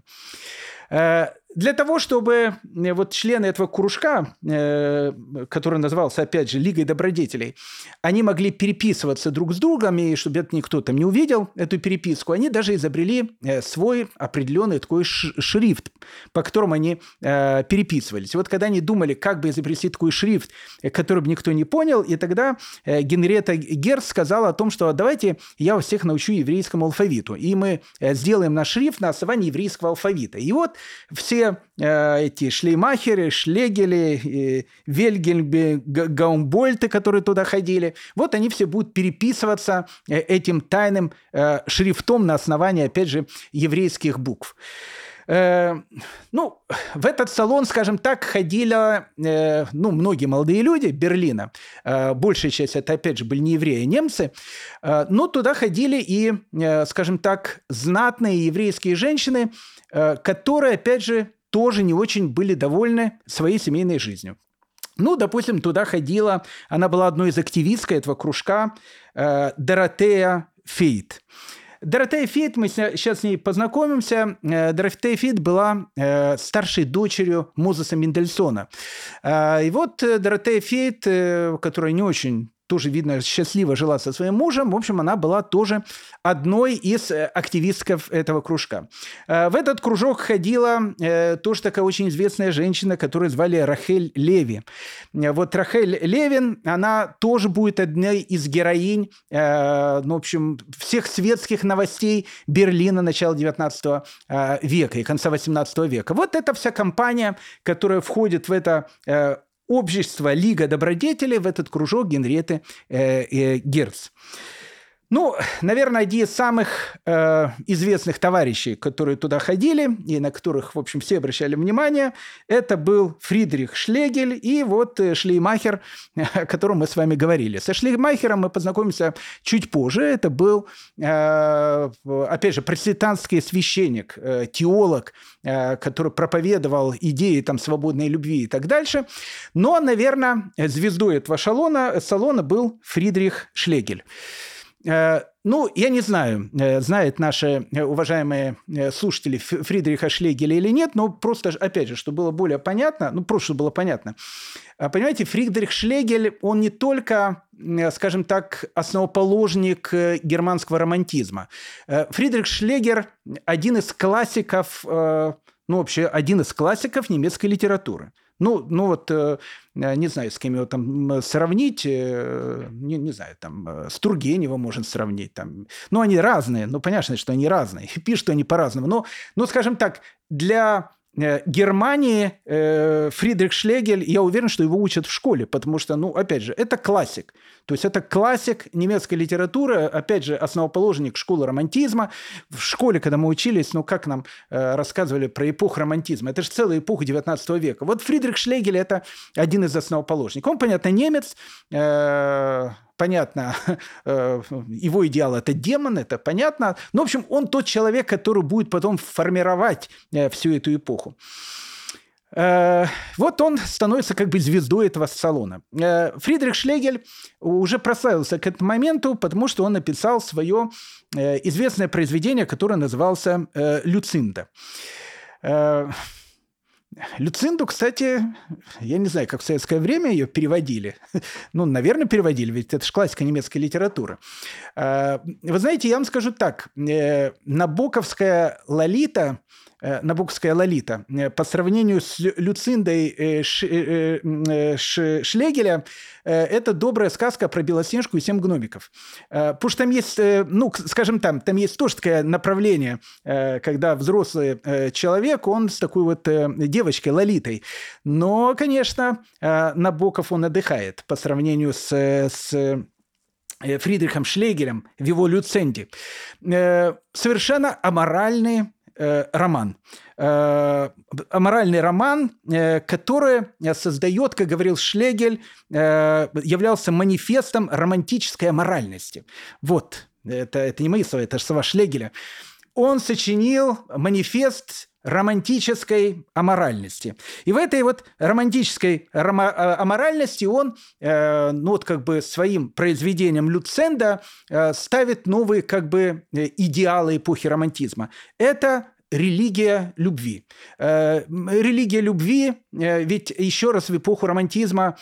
Для того, чтобы вот члены этого кружка, который назывался, опять же, Лигой добродетелей, они могли переписываться друг с другом, и чтобы это никто там не увидел, эту переписку, они даже изобрели свой определенный такой шрифт, по которому они переписывались. И вот когда они думали, как бы изобрести такой шрифт, который бы никто не понял, и тогда Генриетта Герц сказала о том, что давайте я всех научу еврейскому алфавиту, и мы сделаем наш шрифт на основании еврейского алфавита. И вот все эти Шлеймахеры, Шлегели, Вельгельмы, Гаумбольты, которые туда ходили, вот они все будут переписываться этим тайным шрифтом на основании, опять же, еврейских букв. В этот салон, скажем так, ходили многие молодые люди Берлина. Большая часть это, опять же, были не евреи, а немцы. Но туда ходили и, скажем так, знатные еврейские женщины, которые, опять же, тоже не очень были довольны своей семейной жизнью. Допустим, туда ходила, она была одной из активисток этого кружка, Доротея Фейт. Доротея Фейт, мы сейчас с ней познакомимся. Доротея Фейт была старшей дочерью Мозеса Мендельсона. И вот Доротея Фейт, которая не очень... тоже, видно, счастливо жила со своим мужем. В общем, она была тоже одной из активистков этого кружка. В этот кружок ходила тоже такая очень известная женщина, которую звали Рахель Леви. Вот Рахель Левин, она тоже будет одной из героинь, в общем, всех светских новостей Берлина начала XIX века и конца XVIII века. Вот эта вся компания, которая входит в это общество Лига добродетелей, в этот кружок Генриетты Герц. Наверное, один из самых известных товарищей, которые туда ходили, и на которых, в общем, все обращали внимание, это был Фридрих Шлегель и вот Шлеймахер, о котором мы с вами говорили. Со Шлеймахером мы познакомимся чуть позже. Это был, опять же, протестантский священник, теолог, который проповедовал идеи свободной любви и так дальше. Но, наверное, звездой этого салона был Фридрих Шлегель. Я не знаю, знают наши уважаемые слушатели Фридриха Шлегеля или нет, но просто, опять же, чтобы было более понятно, просто чтобы было понятно. Понимаете, Фридрих Шлегель, он не только, скажем так, основоположник германского романтизма. Фридрих Шлегель – один из классиков, один из классиков немецкой литературы. Не знаю, с кем его там сравнить, не знаю, с Тургеневым можно сравнить. Они разные, понятно, что они разные, пишут они по-разному. Но, скажем так, для Германии Фридрих Шлегель, я уверен, что его учат в школе, потому что, опять же, это классик. То есть это классик немецкой литературы, опять же, основоположник школы романтизма. В школе, когда мы учились, как нам рассказывали про эпоху романтизма, это же целая эпоха XIX века. Вот Фридрих Шлегель – это один из основоположников. Он, понятно, немец, понятно, его идеал – это демон, это понятно. Но, в общем, он тот человек, который будет потом формировать всю эту эпоху. Вот он становится как бы звездой этого салона. Фридрих Шлегель уже прославился к этому моменту, потому что он написал свое известное произведение, которое называлось «Люцинда». Люцинду, кстати, я не знаю, как в советское время ее переводили. Ну, наверное, переводили, ведь это же классика немецкой литературы. Вы знаете, я вам скажу так. Набоковская «Лолита» по сравнению с Люциндой Шлегеля это добрая сказка про Белоснежку и 7 гномиков. Потому что там есть, ну, скажем, там есть тоже такое направление, когда взрослый человек, он с такой вот девочкой Лолитой. Но, конечно, Набоков, он отдыхает по сравнению с Фридрихом Шлегелем в его «Люценде». Совершенно аморальный роман. Аморальный роман, который создает, как говорил Шлегель, являлся манифестом романтической аморальности. Вот, это не мои слова, это слова Шлегеля. Он сочинил манифест романтической аморальности. И в этой вот романтической аморальности он, ну вот как бы своим произведением «Люценда» ставит новые как бы идеалы эпохи романтизма. Это религия любви. Религия любви, ведь еще раз в эпоху романтизма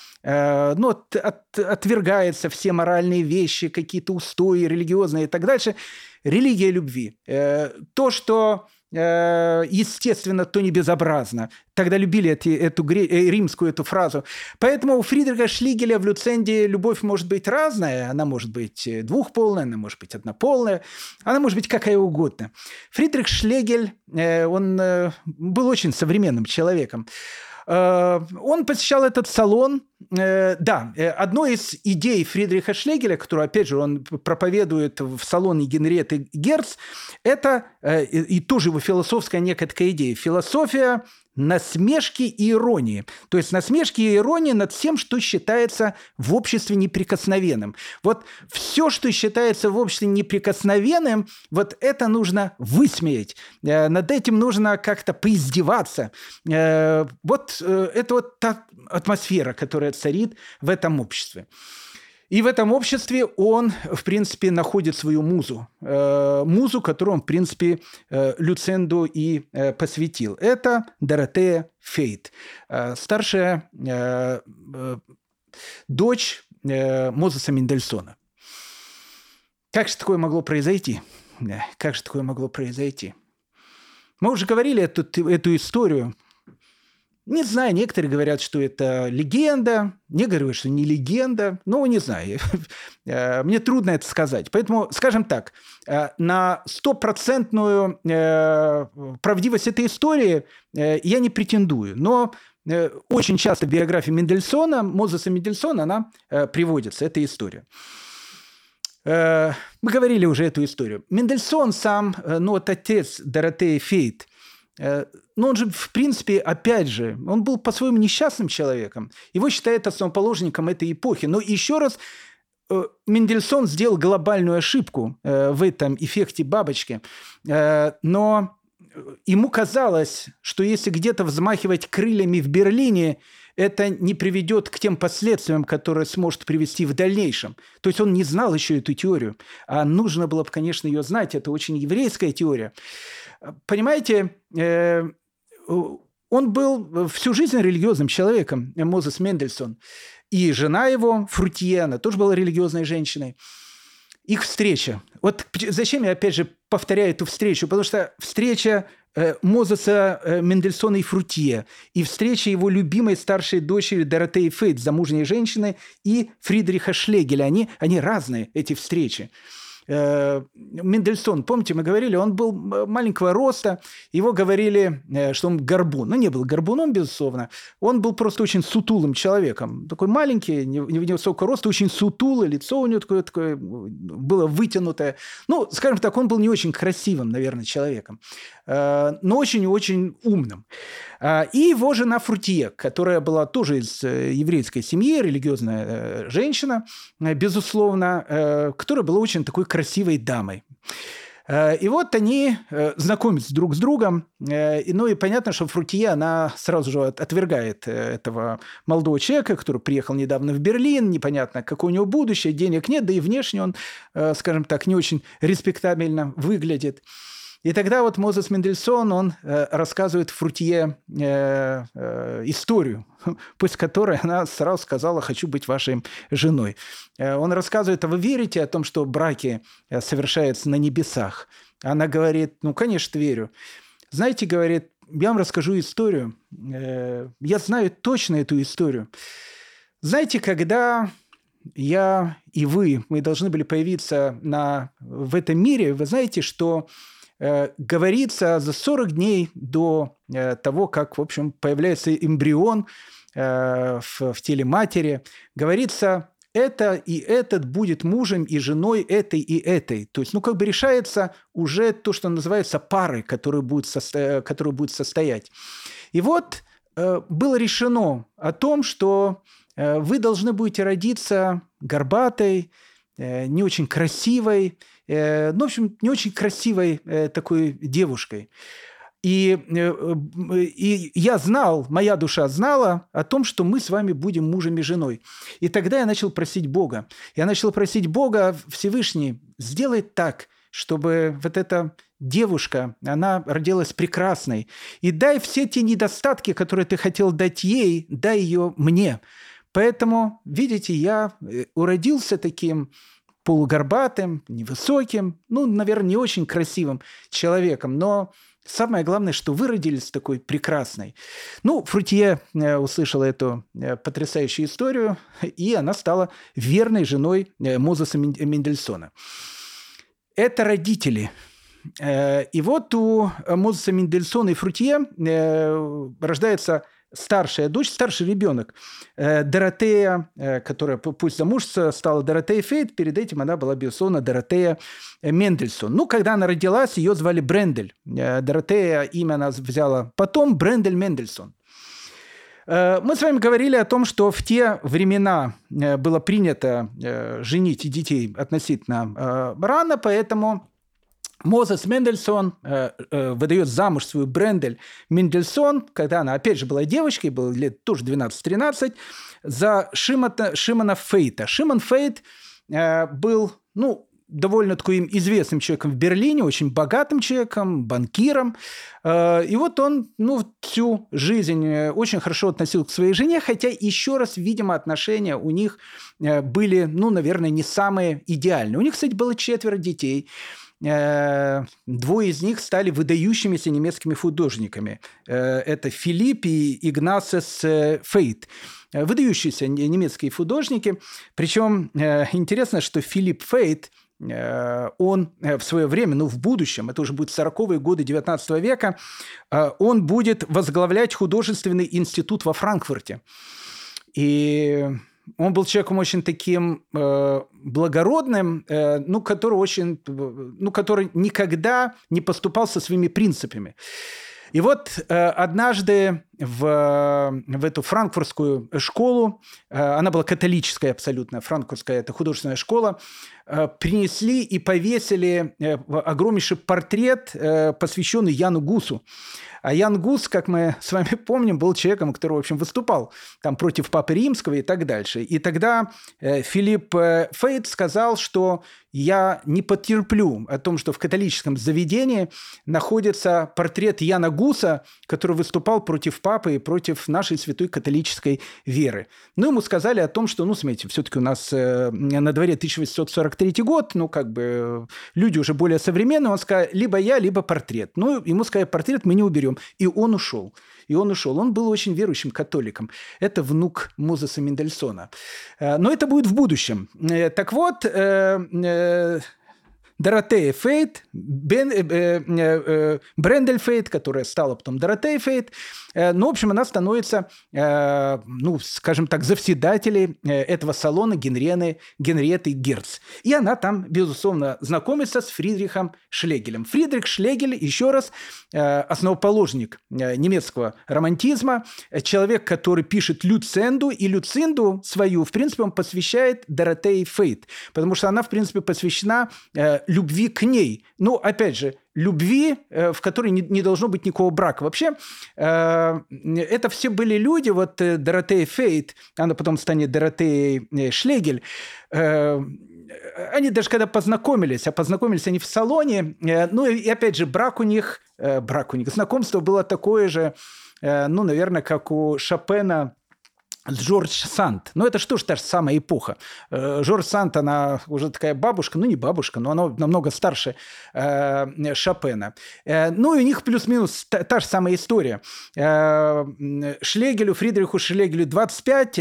отвергаются все моральные вещи, какие-то устои религиозные и так дальше. Религия любви. То, что естественно, то не безобразно. Тогда любили эту римскую эту фразу. Поэтому у Фридриха Шлегеля в «Люценде» любовь может быть разная. Она может быть двухполная, она может быть однополная, она может быть какая угодно. Фридрих Шлегель, он был очень современным человеком. Он посещал этот салон. Да, одной из идей Фридриха Шлегеля, которую, опять же, он проповедует в салоне Генриетты Герц, это и тоже его философская некая такая идея. Философия насмешки и иронии. То есть насмешки и иронии над всем, что считается в обществе неприкосновенным. Вот все, что считается в обществе неприкосновенным, вот это нужно высмеять. Над этим нужно как-то поиздеваться. Вот это вот та атмосфера, которая царит в этом обществе. И в этом обществе он, в принципе, находит свою музу. Музу, которую он, в принципе, Люценду и посвятил. Это Доротея Фейт, старшая дочь Мозеса Мендельсона. Как же такое могло произойти? Как же такое могло произойти? Мы уже говорили эту историю. Не знаю, некоторые говорят, что это легенда, некоторые говорят, что не легенда. Ну, не знаю. Мне трудно это сказать. Поэтому, скажем так, на 100% правдивость этой истории я не претендую. Но очень часто в биографии Мендельсона, Мозеса Мендельсона, она приводится, эта история. Мы говорили уже эту историю. Мендельсон сам, ну вот отец Доротеи Фейт, но он же, в принципе, опять же, он был по-своему несчастным человеком. Его считают основоположником этой эпохи. Но еще раз, Мендельсон сделал глобальную ошибку в этом эффекте бабочки. Но ему казалось, что если где-то взмахивать крыльями в Берлине, это не приведет к тем последствиям, которые сможет привести в дальнейшем. То есть он не знал еще эту теорию. А нужно было бы, конечно, ее знать. Это очень еврейская теория. Понимаете, он был всю жизнь религиозным человеком, Мозес Мендельсон. И жена его, Фрутье, она тоже была религиозной женщиной. Их встреча. Вот зачем я, опять же, повторяю эту встречу? Потому что встреча Мозеса Мендельсона и Фрутье, и встреча его любимой старшей дочери Доротеи Фейт, замужней женщины, и Фридриха Шлегеля. Они разные, эти встречи. Мендельсон, помните, мы говорили, он был маленького роста, его говорили, что он горбун. Ну, не был горбуном, безусловно. Он был просто очень сутулым человеком. Такой маленький, невысокого роста, очень сутулый, лицо у него такое было вытянутое. Ну, скажем так, он был не очень красивым, наверное, человеком, но очень-очень умным. И его жена Фрутье, которая была тоже из еврейской семьи, религиозная женщина, безусловно, которая была очень такой красивой дамой. И вот они знакомятся друг с другом. Ну и понятно, что Фрутье, она сразу же отвергает этого молодого человека, который приехал недавно в Берлин. Непонятно, какое у него будущее, денег нет, да и внешне он, скажем так, не очень респектабельно выглядит. И тогда вот Мозес Мендельсон, он рассказывает Фрутье историю, после которой она сразу сказала: «Хочу быть вашей женой». Он рассказывает: «А вы верите о том, что браки совершаются на небесах?» Она говорит: «Ну, конечно, верю». «Знаете, — говорит, — я вам расскажу историю. Я знаю точно эту историю. Знаете, когда я и мы должны были появиться в этом мире, вы знаете, что говорится за 40 дней до того, как, в общем, появляется эмбрион в теле матери, говорится: это и этот будет мужем и женой этой и этой». То есть, как бы решается уже то, что называется парой, которая будет состоять. И вот было решено о том, что вы должны будете родиться горбатой, не очень красивой, в общем, не очень красивой такой девушкой. И я знал, моя душа знала о том, что мы с вами будем мужем и женой. И тогда я начал просить Бога. Я начал просить Бога: Всевышний, сделай так, чтобы вот эта девушка, она родилась прекрасной. И дай все те недостатки, которые ты хотел дать ей, дай ее мне. Поэтому, видите, я уродился таким полугорбатым, невысоким, наверное, не очень красивым человеком, но самое главное, что вы родились такой прекрасной. Фрутье услышала эту потрясающую историю, и она стала верной женой Мозеса Мендельсона. Это родители. И вот у Мозеса Мендельсона и Фрутье рождается старшая дочь, старший ребенок, Доротея, которая после замужества стала Доротея Фейт. Перед этим она была, безусловно, Доротея Мендельсон. Когда она родилась, ее звали Брендель. Доротея имя она взяла потом, Брендель Мендельсон. Мы с вами говорили о том, что в те времена было принято женить детей относительно рано, поэтому Мозес Мендельсон выдает замуж свою Брендель Мендельсон, когда она, опять же, была девочкой, было лет тоже 12-13, за Шимона Фейта. Шимон Фейт был, довольно таким известным человеком в Берлине, очень богатым человеком, банкиром. И вот он, всю жизнь очень хорошо относился к своей жене, хотя, еще раз, видимо, отношения у них были, наверное, не самые идеальные. У них, кстати, было 4 детей. 2 из них стали выдающимися немецкими художниками. Это Филипп и Игнасес Фейт. Выдающиеся немецкие художники. Причем интересно, что Филипп Фейт, он в свое время, в будущем, это уже будет 40-е годы 19 века, он будет возглавлять художественный институт во Франкфурте. И он был человеком очень таким благородным, который никогда не поступал со своими принципами. И вот однажды в эту франкфуртскую школу, она была католическая абсолютно, франкфуртская, это художественная школа, принесли и повесили огромнейший портрет, посвященный Яну Гусу. А Ян Гус, как мы с вами помним, был человеком, который, в общем, выступал там против Папы Римского и так дальше. И тогда Филипп Фейт сказал, что я не потерплю о том, что в католическом заведении находится портрет Яна Гуса, который выступал против Папы и против нашей святой католической веры. Ему сказали о том, что, смотрите, все-таки у нас на дворе 1843 год, люди уже более современные. Он сказал: либо я, либо портрет. Ему сказали: портрет мы не уберем. И он ушел. Он был очень верующим католиком. Это внук Мозеса Мендельсона. Но это будет в будущем. Так вот, Доротея Фейт, Брендель Фейт, которая стала потом Доротея Фейт. В общем, она становится, скажем так, завседателей этого салона Генриетты Герц. И она там, безусловно, знакомится с Фридрихом Шлегелем. Фридрих Шлегель, еще раз, основоположник немецкого романтизма, человек, который пишет Люцинду, и Люцинду свою, в принципе, он посвящает Доротее Фейт, потому что она, в принципе, посвящена любви к ней. Ну, опять же, любви, в которой не должно быть никакого брака. Вообще, это все были люди, вот Доротея Фейт, она потом станет Доротеей Шлегель, они даже когда познакомились, познакомились они в салоне, ну и опять же, знакомство было такое же, ну, наверное, как у Шопена с Жорж Санд. Но это что ж та же самая эпоха. Жорж Санд, она уже такая бабушка, ну не бабушка, но она намного старше Шопена. Ну и у них плюс-минус та же самая история. Фридриху Шлегелю 25,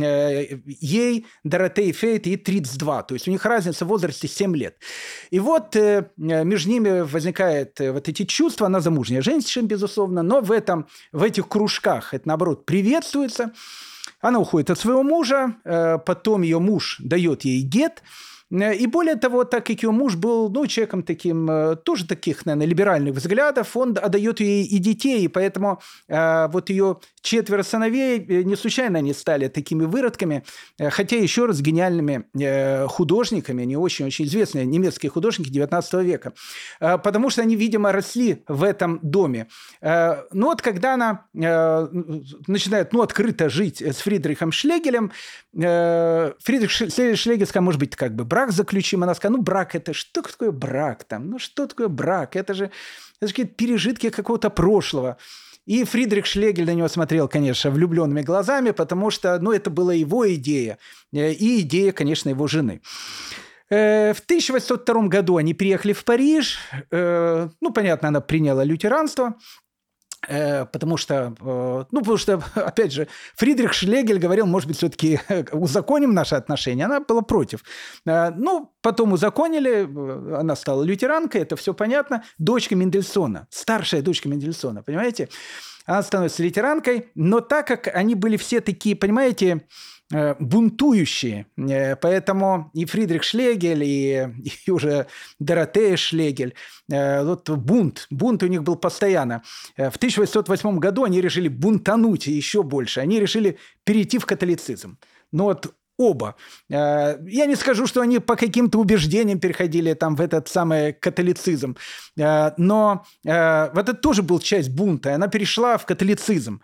ей, Доротее Фейт, ей 32. То есть у них разница в возрасте 7 лет. И вот между ними возникает вот эти чувства. Она замужняя женщина, безусловно, но в этих кружках это, наоборот, приветствуется. Она уходит от своего мужа, потом ее муж дает ей гет. И более того, так как ее муж был человеком таким, тоже таких, наверное, либеральных взглядов, он отдает ей и детей, и поэтому вот ее 4 сыновей, не случайно они стали такими выродками, хотя еще раз гениальными художниками, они очень-очень известные немецкие художники XIX века, потому что они, видимо, росли в этом доме. Но вот когда она начинает открыто жить с Фридрихом Шлегелем, Фридрих Шлегель сказал, может быть, как бы брак заключим. Она сказала, брак это что такое брак там? Что такое брак? Это же какие-то пережитки какого-то прошлого. И Фридрих Шлегель на него смотрел, конечно, влюбленными глазами, потому что, это была его идея. И идея, конечно, его жены. В 1802 году они приехали в Париж. Понятно, она приняла лютеранство. Потому что, опять же, Фридрих Шлегель говорил, может быть, все-таки узаконим наши отношения. Она была против. Потом узаконили, она стала лютеранкой, это все понятно. Дочка Мендельсона, старшая дочка Мендельсона, понимаете? Она становится лютеранкой, но так как они были все такие, понимаете, бунтующие. Поэтому и Фридрих Шлегель, и уже Доротея Шлегель, бунт у них был постоянно. В 1808 году они решили бунтануть еще больше. Они решили перейти в католицизм. Оба. Я не скажу, что они по каким-то убеждениям переходили в этот самый католицизм, но вот это тоже был часть бунта, и она перешла в католицизм.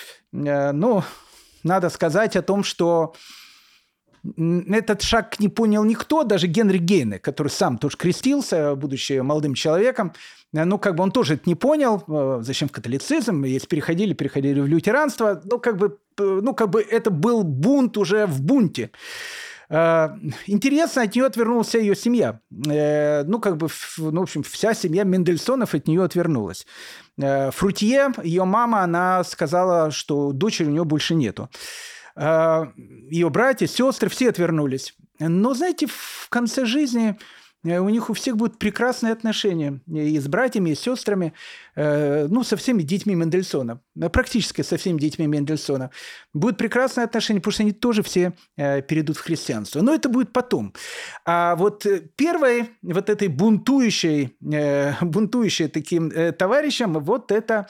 Надо сказать о том, что этот шаг не понял никто, даже Генрих Гейне, который сам тоже крестился, будучи молодым человеком, он тоже это не понял, зачем в католицизм, если переходили в лютеранство, это был бунт уже в бунте. Интересно, от нее отвернулась вся ее семья. В общем, вся семья Мендельсонов от нее отвернулась. Фрутье, ее мама, она сказала, что дочери у нее больше нету. Ее братья, сестры, все отвернулись. Но, знаете, в конце жизни у них у всех будут прекрасные отношения и с братьями, и с сестрами, со всеми детьми Мендельсона, практически со всеми детьми Мендельсона. Будут прекрасные отношения, потому что они тоже все перейдут в христианство. Но это будет потом. А вот первой вот этой бунтующей таким товарищем, вот это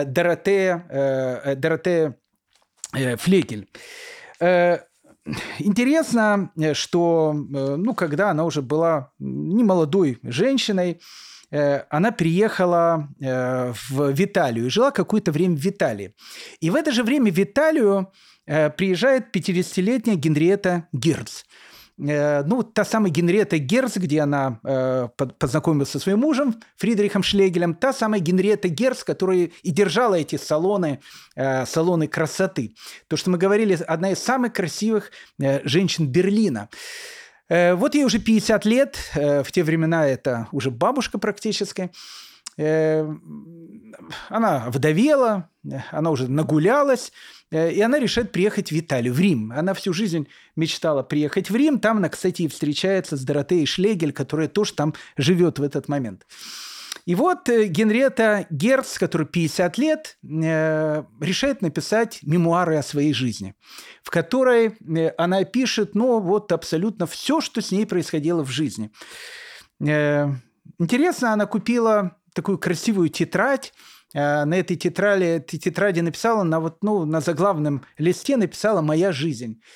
Доротея Флегель. Интересно, что, когда она уже была немолодой женщиной, она приехала в Италию и жила какое-то время в Италии. И в это же время в Италию приезжает 50-летняя Генриетта Герц. Та самая Генриетта Герц, где она познакомилась со своим мужем Фридрихом Шлегелем, та самая Генриетта Герц, которая и держала эти салоны красоты. То, что мы говорили, одна из самых красивых женщин Берлина. Вот ей уже 50 лет, в те времена это уже бабушка практически. Она вдовела, она уже нагулялась, и она решает приехать в Италию, в Рим. Она всю жизнь мечтала приехать в Рим. Там она, кстати, и встречается с Доротеей Шлегель, которая тоже там живет в этот момент. И вот Генриетта Герц, которой 50 лет, решает написать мемуары о своей жизни, в которой она пишет, абсолютно все, что с ней происходило в жизни. Интересно, она купила такую красивую тетрадь. На этой тетради написала, на заглавном листе написала «Моя жизнь».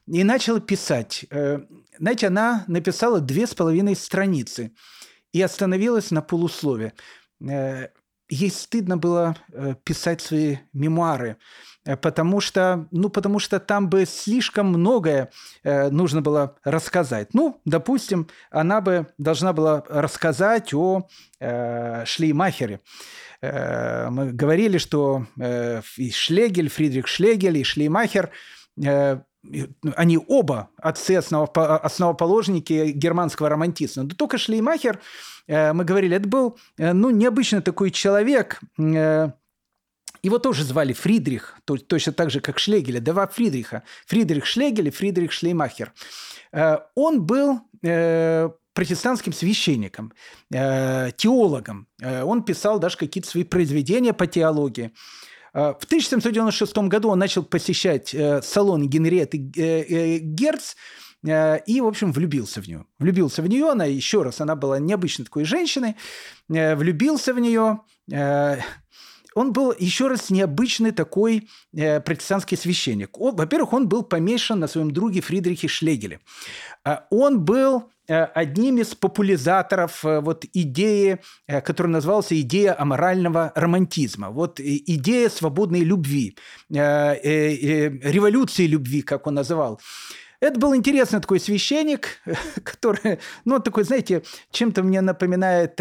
и начала писать. Знаете, она написала 2,5 страницы и остановилась на полуслове. Ей стыдно было писать свои мемуары, потому что там бы слишком многое нужно было рассказать. Допустим, она бы должна была рассказать о Шлеймахере. Мы говорили, что и Фридрих Шлегель, и Шлеймахер, они оба основоположники германского романтизма. Но только Шлеймахер, мы говорили, это был необычный такой человек. Его тоже звали Фридрих, точно так же, как Шлегеля. Два Фридриха. Фридрих Шлегель и Фридрих Шлеймахер. Он был протестантским священником, теологом. Он писал даже какие-то свои произведения по теологии. В 1796 году он начал посещать салон Генриетты Герц и, в общем, влюбился в нее. Она была необычной такой женщиной, влюбился в нее. Он был, еще раз, необычный такой протестантский священник. Во-первых, он был помешан на своем друге Фридрихе Шлегеле. Он был одним из популяризаторов идеи, которая называлась идея аморального романтизма. Идея свободной любви, революции любви, как он называл. Это был интересный такой священник, который, такой, знаете, чем-то мне напоминает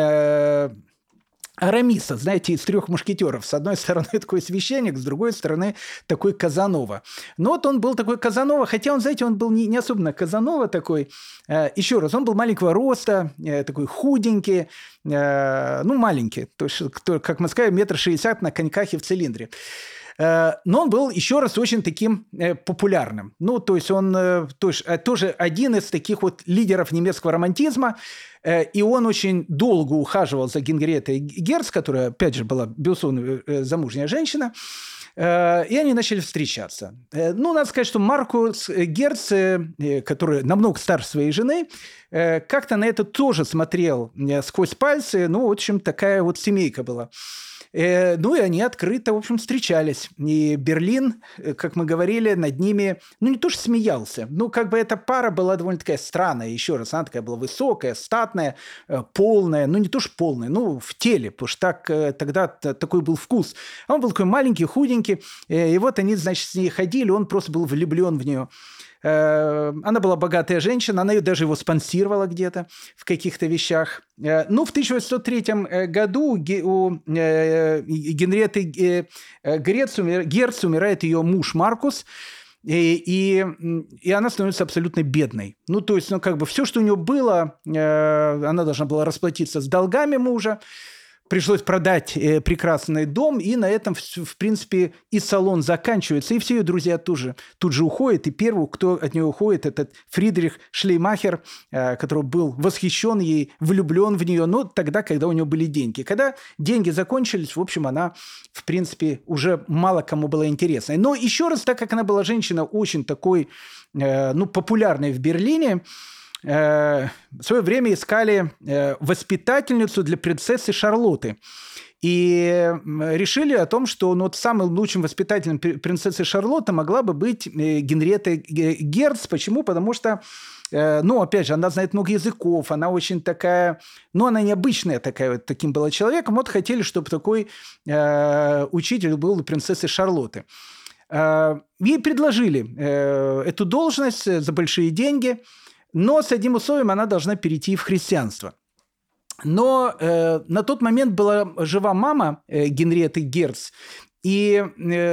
Арамиса, знаете, из «Трех мушкетеров». С одной стороны такой священник, с другой стороны такой Казанова. Он был такой Казанова, хотя он, знаете, он был не особенно Казанова такой. Еще раз, он был маленького роста, такой худенький, маленький, то есть, как мы скажем, 1,60 м на коньках и в цилиндре. Но он был, еще раз, очень таким популярным. То есть он тоже один из таких лидеров немецкого романтизма. И он очень долго ухаживал за Генриеттой Герц, которая, опять же, была, безусловно, замужняя женщина. И они начали встречаться. Надо сказать, что Маркус Герц, который намного старше своей жены, как-то на это тоже смотрел сквозь пальцы. В общем, такая семейка была. И они открыто, в общем, встречались. И Берлин, как мы говорили, над ними, не то что смеялся, эта пара была довольно такая странная, еще раз, она такая была высокая, статная, полная, не то что полная, в теле, потому что тогда такой был вкус. А он был такой маленький, худенький, и они, значит, с ней ходили, он просто был влюблен в нее. Она была богатая женщина, она даже его спонсировала где-то в каких-то вещах. В 1803 году у Генриетты Герц умирает ее муж Маркус, и она становится абсолютно бедной. То есть, все, что у нее было, она должна была расплатиться с долгами мужа. Пришлось продать прекрасный дом, и на этом, в принципе, и салон заканчивается, и все ее друзья тут же уходят. И первый, кто от нее уходит, этот Фридрих Шлеймахер, который был восхищен ей, влюблен в нее, тогда, когда у нее были деньги. Когда деньги закончились, в общем, она, в принципе, уже мало кому была интересна. Но еще раз, так как она была женщина очень такой, популярной в Берлине, в свое время искали воспитательницу для принцессы Шарлотты. И решили о том, что самым лучшим воспитателем принцессы Шарлотты могла бы быть Генриетта Герц. Почему? Потому что, опять же, она знает много языков, она очень такая, она необычная такая, таким была человеком. Хотели, чтобы такой учитель был у принцессы Шарлотты. Ей предложили эту должность за большие деньги, но с одним условием: она должна перейти в христианство. Но на тот момент была жива мама Генриетты Герц, и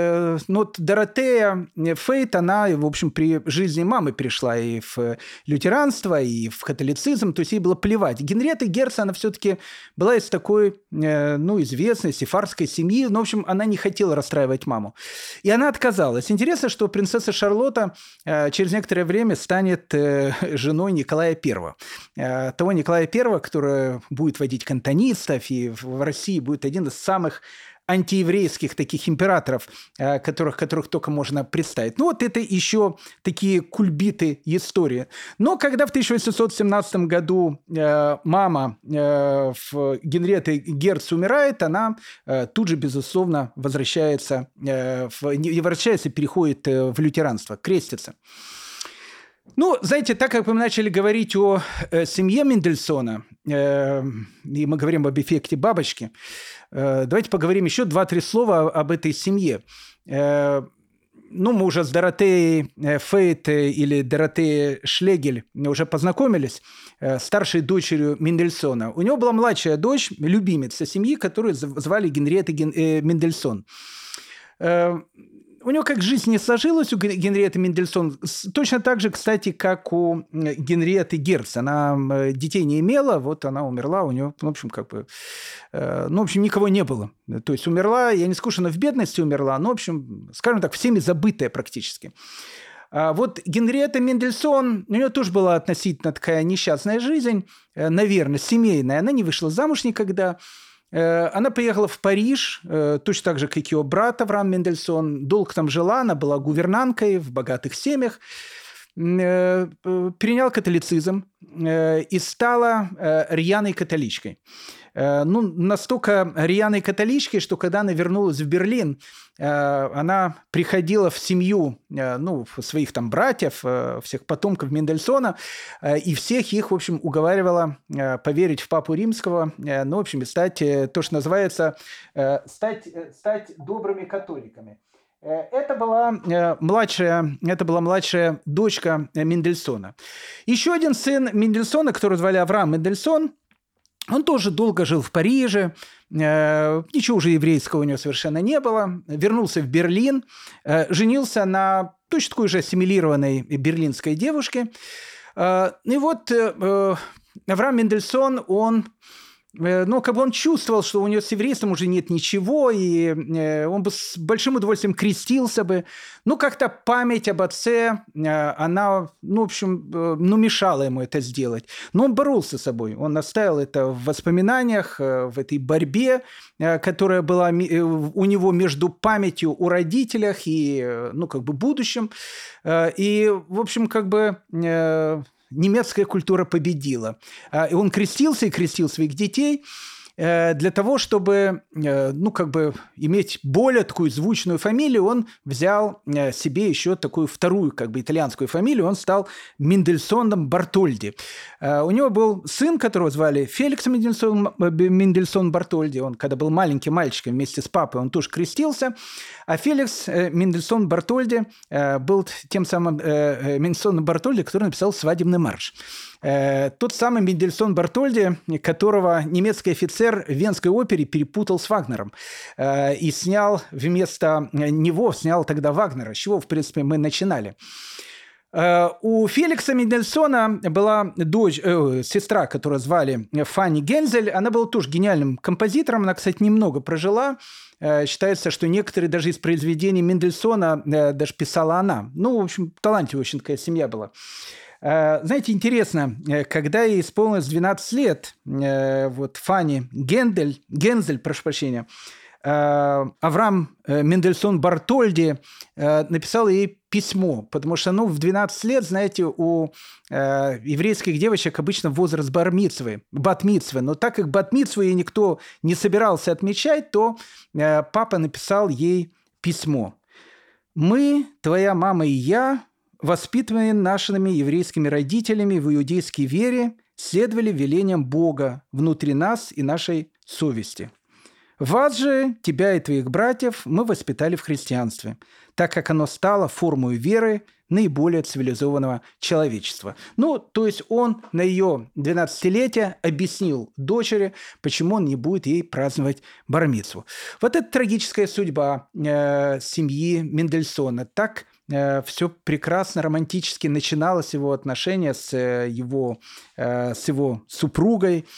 Доротея Фейт, она, в общем, при жизни мамы перешла и в лютеранство, и в католицизм, то есть ей было плевать. Генриетта Герц, она все-таки была из такой, известной сефардской семьи, но, в общем, она не хотела расстраивать маму. И она отказалась. Интересно, что принцесса Шарлотта через некоторое время станет женой Николая I. Того Николая I, который будет водить кантонистов, и в России будет один из самых антиеврейских таких императоров, которых только можно представить. Это еще такие кульбиты истории. Но когда в 1817 году мама Генриетты Герц умирает, она тут же, безусловно, возвращается, переходит в лютеранство, крестится. Ну, знаете, так как мы начали говорить о семье Мендельсона, и мы говорим об эффекте бабочки, давайте поговорим еще 2-3 слова об этой семье. Ну, мы уже с Доротеей Фейт или Доротеей Шлегель уже познакомились, старшей дочерью Мендельсона. У него была младшая дочь, любимица семьи, которую звали Генриетта Мендельсон. У него как жизнь не сложилась у Генриетты Мендельсон, точно так же, кстати, как у Генриетты Герц. Она детей не имела, вот она умерла, у нее, в общем, никого не было. То есть умерла, я не скажу, что она в бедности умерла, но, в общем, скажем так, всеми забытая практически. А вот Генриетта Мендельсон, у нее тоже была относительно такая несчастная жизнь, наверное, семейная. Она не вышла замуж никогда. Она приехала в Париж, точно так же, как ее брат Авраам Мендельсон. Долго там жила, она была гувернанткой в богатых семьях. Переняла католицизм и стала рьяной католичкой. Настолько рьяной католичкой, что когда она вернулась в Берлин, она приходила в семью своих там братьев, всех потомков Мендельсона, и всех их, в общем, уговаривала поверить в Папу Римского, в общем, и стать, то, что называется, стать добрыми католиками. Это была младшая дочка Мендельсона. Еще один сын Мендельсона, которого звали Авраам Мендельсон, он тоже долго жил в Париже, ничего уже еврейского у него совершенно не было, вернулся в Берлин, женился на точно такой же ассимилированной берлинской девушке. И вот Авраам Мендельсон, он чувствовал, что у него с еврейством уже нет ничего, и он бы с большим удовольствием крестился бы. Как-то память об отце, она, мешала ему это сделать. Но он боролся с собой. Он оставил это в воспоминаниях, в этой борьбе, которая была у него между памятью о родителях и, будущем. И, в общем, немецкая культура победила. И он крестился и крестил своих детей для того, чтобы, иметь более такую звучную фамилию, он взял себе еще такую вторую, итальянскую фамилию, он стал Мендельсоном Бартольди. У него был сын, которого звали Феликс Мендельсон Бартольди. Он, когда был маленьким мальчиком вместе с папой, он тоже крестился. А Феликс Мендельсон Бартольди был тем самым Мендельсоном Бартольди, который написал «Свадебный марш». Тот самый Мендельсон Бартольди, которого немецкий офицер в Венской опере перепутал с Вагнером и вместо него снял тогда Вагнера, с чего, в принципе, мы начинали. У Феликса Мендельсона была сестра, которую звали Фанни Гензель. Она была тоже гениальным композитором. Она, кстати, немного прожила. Считается, что некоторые даже из произведений Мендельсона даже писала она. В общем, талантливая очень такая семья была. Знаете, интересно, когда ей исполнилось 12 лет, Фанни Гензель, прошу прощения, Авраам Мендельсон Бартольди написал ей письмо, потому что, в 12 лет, знаете, у еврейских девочек обычно возраст бат-мицвы, но так как бат-мицву ей никто не собирался отмечать, то папа написал ей письмо. «Мы, твоя мама и я, воспитанные нашими еврейскими родителями в иудейской вере, следовали велениям Бога внутри нас и нашей совести. Вас же, тебя и твоих братьев, мы воспитали в христианстве, так как оно стало формой веры наиболее цивилизованного человечества». То есть он на ее 12-летие объяснил дочери, почему он не будет ей праздновать бар-мицву. Вот это трагическая судьба семьи Мендельсона. Так все прекрасно, романтически начиналось его отношение с его супругой,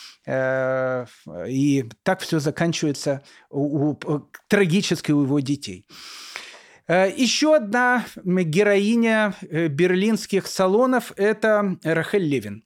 и так все заканчивается трагически у его детей. Еще одна героиня берлинских салонов – это Рахель Левин.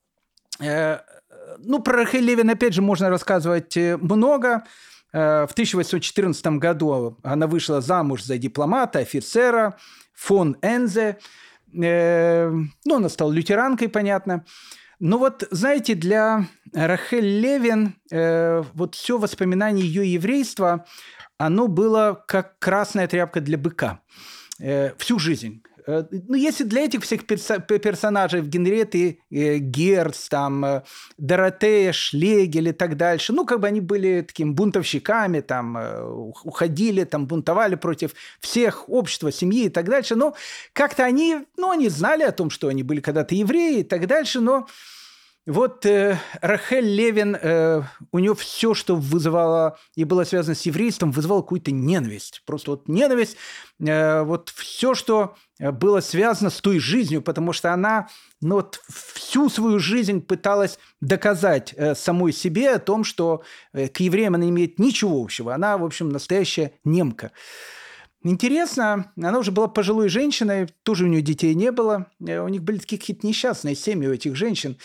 Про Рахель Левин, опять же, можно рассказывать много. В 1814 году она вышла замуж за дипломата, офицера фон Энзе. Она стала лютеранкой, понятно. Но знаете, для Рахель Левин все воспоминание ее еврейства, оно было как красная тряпка для быка. Всю жизнь. Ну, если для этих всех персонажей, Генриетты Герц, там, Доротея Шлегель и так дальше, ну, как бы они были такими бунтовщиками, там, уходили, там, бунтовали против всех, общества, семьи и так дальше, но как-то они, ну, они знали о том, что они были когда-то евреи и так дальше, но вот Рахель Левин, у нее все, что вызывало и было связано с еврейством, вызывало какую-то ненависть. Просто вот ненависть, вот все, что было связано с той жизнью, потому что она ну, вот всю свою жизнь пыталась доказать самой себе о том, что к евреям она не имеет ничего общего. Она, в общем, настоящая немка. Интересно, она уже была пожилой женщиной, тоже у нее детей не было. У них были такие какие-то несчастные семьи у этих женщин.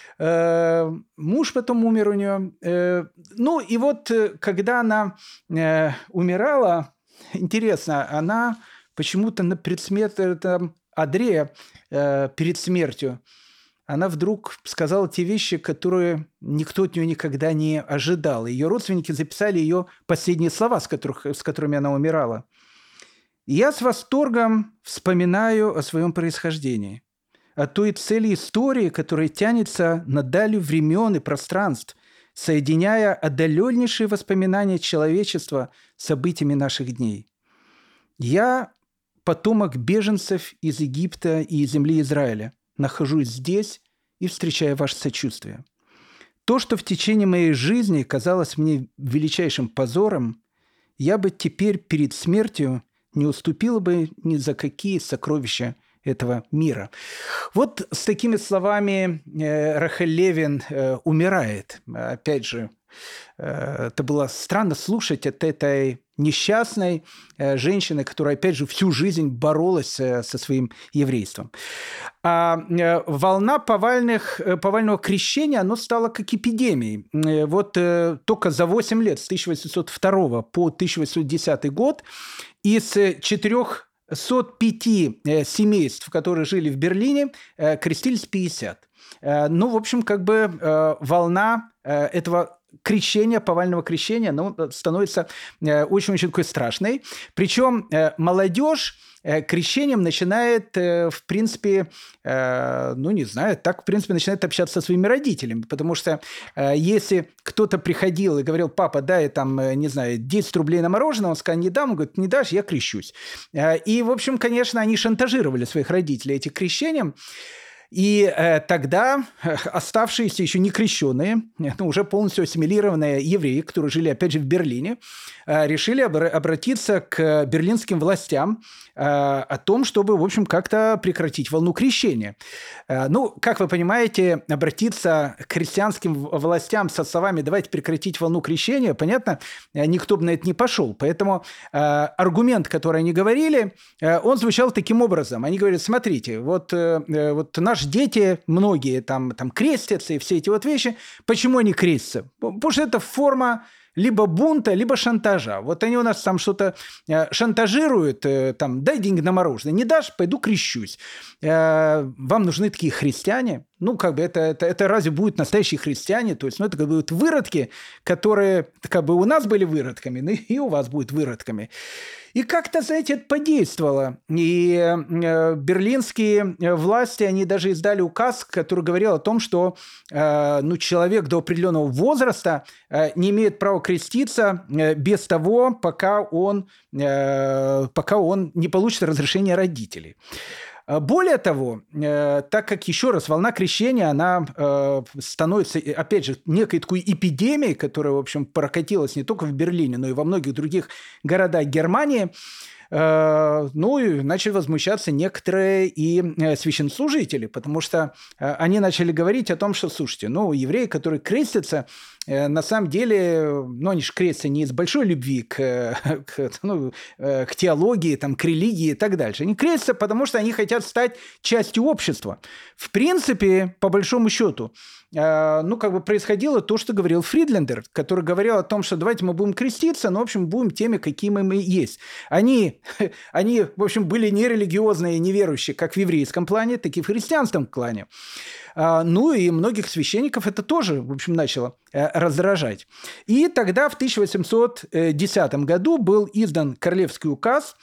Муж потом умер у нее. Ну, и вот, когда она умирала, интересно, она почему-то на предсмертном одре перед смертью, она вдруг сказала те вещи, которые никто от нее никогда не ожидал. Ее родственники записали ее последние слова, с которыми она умирала. «Я с восторгом вспоминаю о своем происхождении, о той цели истории, которая тянется над далью времен и пространств, соединяя отдаленнейшие воспоминания человечества с событиями наших дней. Я потомок беженцев из Египта и из земли Израиля, нахожусь здесь и встречаю ваше сочувствие. То, что в течение моей жизни казалось мне величайшим позором, я бы теперь перед смертью не уступила бы ни за какие сокровища этого мира». Вот с такими словами Рахель Левин умирает. Опять же, это было странно слушать от этой несчастной женщины, которая, опять же, всю жизнь боролась со своим еврейством. А волна повального крещения, она стала как эпидемией. Вот только за 8 лет, с 1802 по 1810 год, из 405 семейств, которые жили в Берлине, крестились 50. Ну, в общем, как бы волна этого крещения, повального крещения, ну, становится очень-очень такой страшной. Причем молодежь крещением начинает, в принципе, ну, не знаю, так, в принципе, начинает общаться со своими родителями, потому что если кто-то приходил и говорил: папа, дай там, не знаю, 10 рублей на мороженое, он сказал: не дам, он говорит: не дашь, я крещусь. И, в общем, конечно, они шантажировали своих родителей этим крещением. И тогда оставшиеся еще не крещенные, ну, уже полностью ассимилированные евреи, которые жили, опять же, в Берлине, решили обратиться к берлинским властям о том, чтобы, в общем, как-то прекратить волну крещения. Ну, как вы понимаете, обратиться к христианским властям со словами «давайте прекратить волну крещения», понятно, никто бы на это не пошел. Поэтому аргумент, который они говорили, он звучал таким образом. Они говорят: смотрите, вот наши дети, многие там крестятся и все эти вот вещи. Почему они крестятся? Потому что это форма либо бунта, либо шантажа. Вот они у нас там что-то шантажируют, там, дай деньги на мороженое, не дашь, пойду крещусь. Вам нужны такие христиане? Ну, как бы это разве будут настоящие христиане? То есть, ну, это как бы будут выродки, которые как бы у нас были выродками, ну, и у вас будут выродками. И как-то, знаете, это подействовало. И берлинские власти, они даже издали указ, который говорил о том, что ну, человек до определенного возраста не имеет права креститься без того, пока он не получит разрешение родителей. Более того, так как, еще раз, волна крещения, она становится, опять же, некой такой эпидемией, которая, в общем, прокатилась не только в Берлине, но и во многих других городах Германии, ну и начали возмущаться некоторые и священнослужители, потому что они начали говорить о том, что, слушайте, ну, евреи, которые крестятся, на самом деле, ну, они же крестятся не из большой любви к теологии, там, к религии и так дальше. Они крестятся, потому что они хотят стать частью общества. В принципе, по большому счету, ну, как бы происходило то, что говорил Фридлендер, который говорил о том, что давайте мы будем креститься, но, в общем, будем теми, какими мы есть. Они, в общем, были нерелигиозные, неверующие, как в еврейском плане, так и в христианском плане. Ну, и многих священников это тоже, в общем, начало раздражать. И тогда, в 1810 году, был издан королевский указ,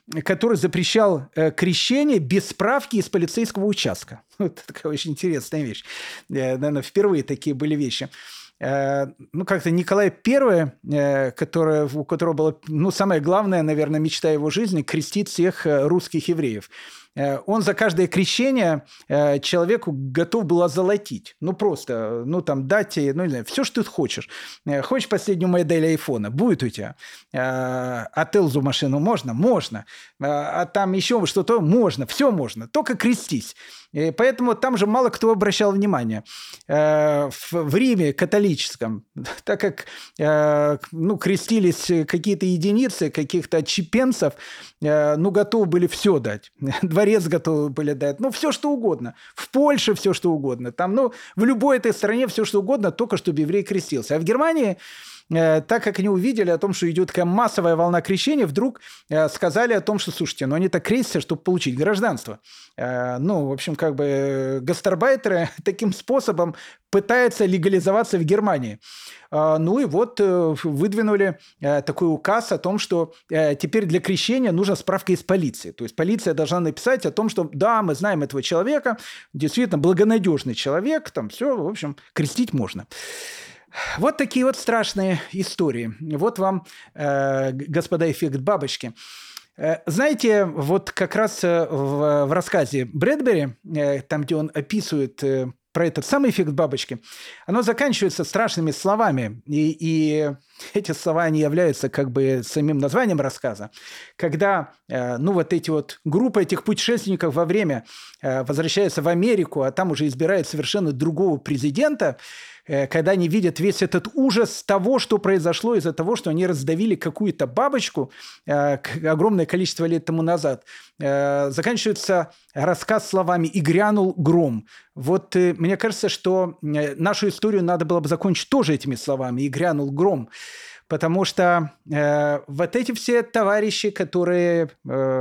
который запрещал крещение без справки из полицейского участка. Вот такая очень интересная вещь. Наверное, впервые такие были вещи. Как-то Николай I, у которого была, самая главная, наверное, мечта его жизни – крестить всех русских евреев. Он за каждое крещение человеку готов был озолотить. Просто, дать тебе, не знаю, все, что ты хочешь. Хочешь последнюю модель айфона? Будет у тебя. А Телзу машину можно? Можно. А там еще что-то? Можно. Все можно. Только крестись. И поэтому там же мало кто обращал внимание. В Риме католическом, так как крестились какие-то единицы, каких-то отщепенцев, готовы были все дать. Дворец готовы были дать. Все, что угодно. В Польше все, что угодно. Там, в любой этой стране все, что угодно, только чтобы еврей крестился. А в Германии, так как они увидели о том, что идет такая массовая волна крещения, вдруг сказали о том, что, слушайте, они так крестятся, чтобы получить гражданство. В общем, гастарбайтеры таким способом пытаются легализоваться в Германии. Выдвинули такой указ о том, что теперь для крещения нужна справка из полиции. То есть полиция должна написать о том, что да, мы знаем этого человека, действительно благонадежный человек, все, в общем, крестить можно. Вот такие вот страшные истории. Вот вам, господа, эффект бабочки. Знаете, вот как раз в рассказе Брэдбери, там, где он описывает про этот самый эффект бабочки, оно заканчивается страшными словами. И эти слова, они являются самим названием рассказа. Когда группа этих путешественников во время возвращается в Америку, а там уже избирают совершенно другого президента, когда они видят весь этот ужас того, что произошло из-за того, что они раздавили какую-то бабочку огромное количество лет тому назад. Заканчивается рассказ словами «И грянул гром». Вот мне кажется, что нашу историю надо было бы закончить тоже этими словами «И грянул гром». Потому что вот эти все товарищи, которые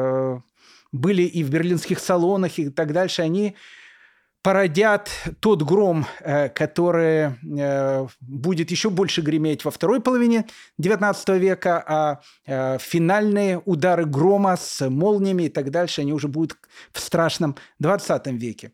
были и в берлинских салонах и так дальше, они породят тот гром, который будет еще больше греметь во второй половине XIX века, а финальные удары грома с молниями и так дальше, они уже будут в страшном XX веке.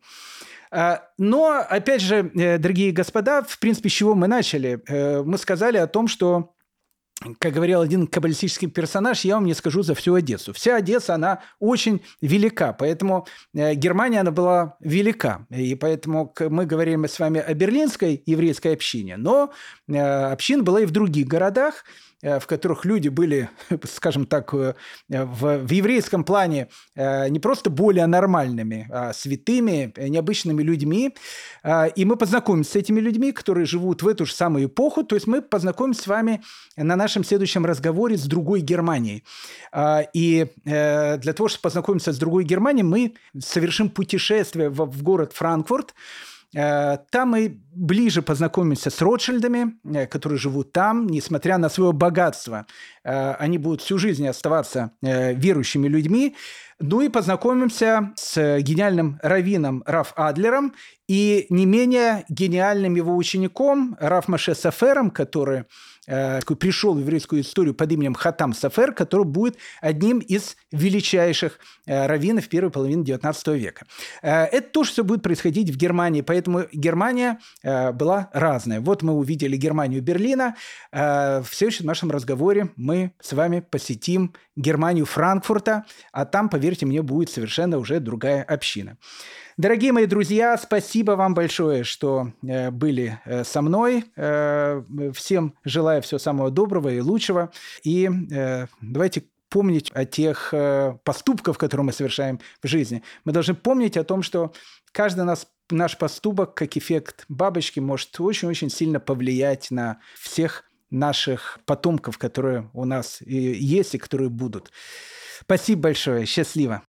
Но, опять же, дорогие господа, в принципе, с чего мы начали? Мы сказали о том, что, как говорил один каббалистический персонаж, я вам не скажу за всю Одессу. Вся Одесса, она очень велика, поэтому Германия, она была велика. И поэтому мы говорим с вами о берлинской еврейской общине, но общин была и в других городах, в которых люди были, скажем так, в еврейском плане не просто более нормальными, а святыми, необычными людьми. И мы познакомимся с этими людьми, которые живут в эту же самую эпоху. То есть мы познакомимся с вами на нашем следующем разговоре с другой Германией. И для того, чтобы познакомиться с другой Германией, мы совершим путешествие в город Франкфурт. Там мы ближе познакомимся с Ротшильдами, которые живут там, несмотря на свое богатство. Они будут всю жизнь оставаться верующими людьми. И познакомимся с гениальным раввином Рав Адлером и не менее гениальным его учеником Рав Моше Софером, который пришел в еврейскую историю под именем Хатам Софер, который будет одним из величайших раввинов первой половины XIX века. Это тоже все будет происходить в Германии, поэтому Германия была разная. Вот мы увидели Германию Берлина. В следующем нашем разговоре мы с вами посетим Германию Франкфурта, а там, поверьте мне, будет совершенно уже другая община. Дорогие мои друзья, спасибо вам большое, что были со мной. Всем желаю всего самого доброго и лучшего. И давайте помнить о тех поступках, которые мы совершаем в жизни. Мы должны помнить о том, что каждый наш поступок, как эффект бабочки, может очень-очень сильно повлиять на всех наших потомков, которые у нас есть и которые будут. Спасибо большое. Счастливо.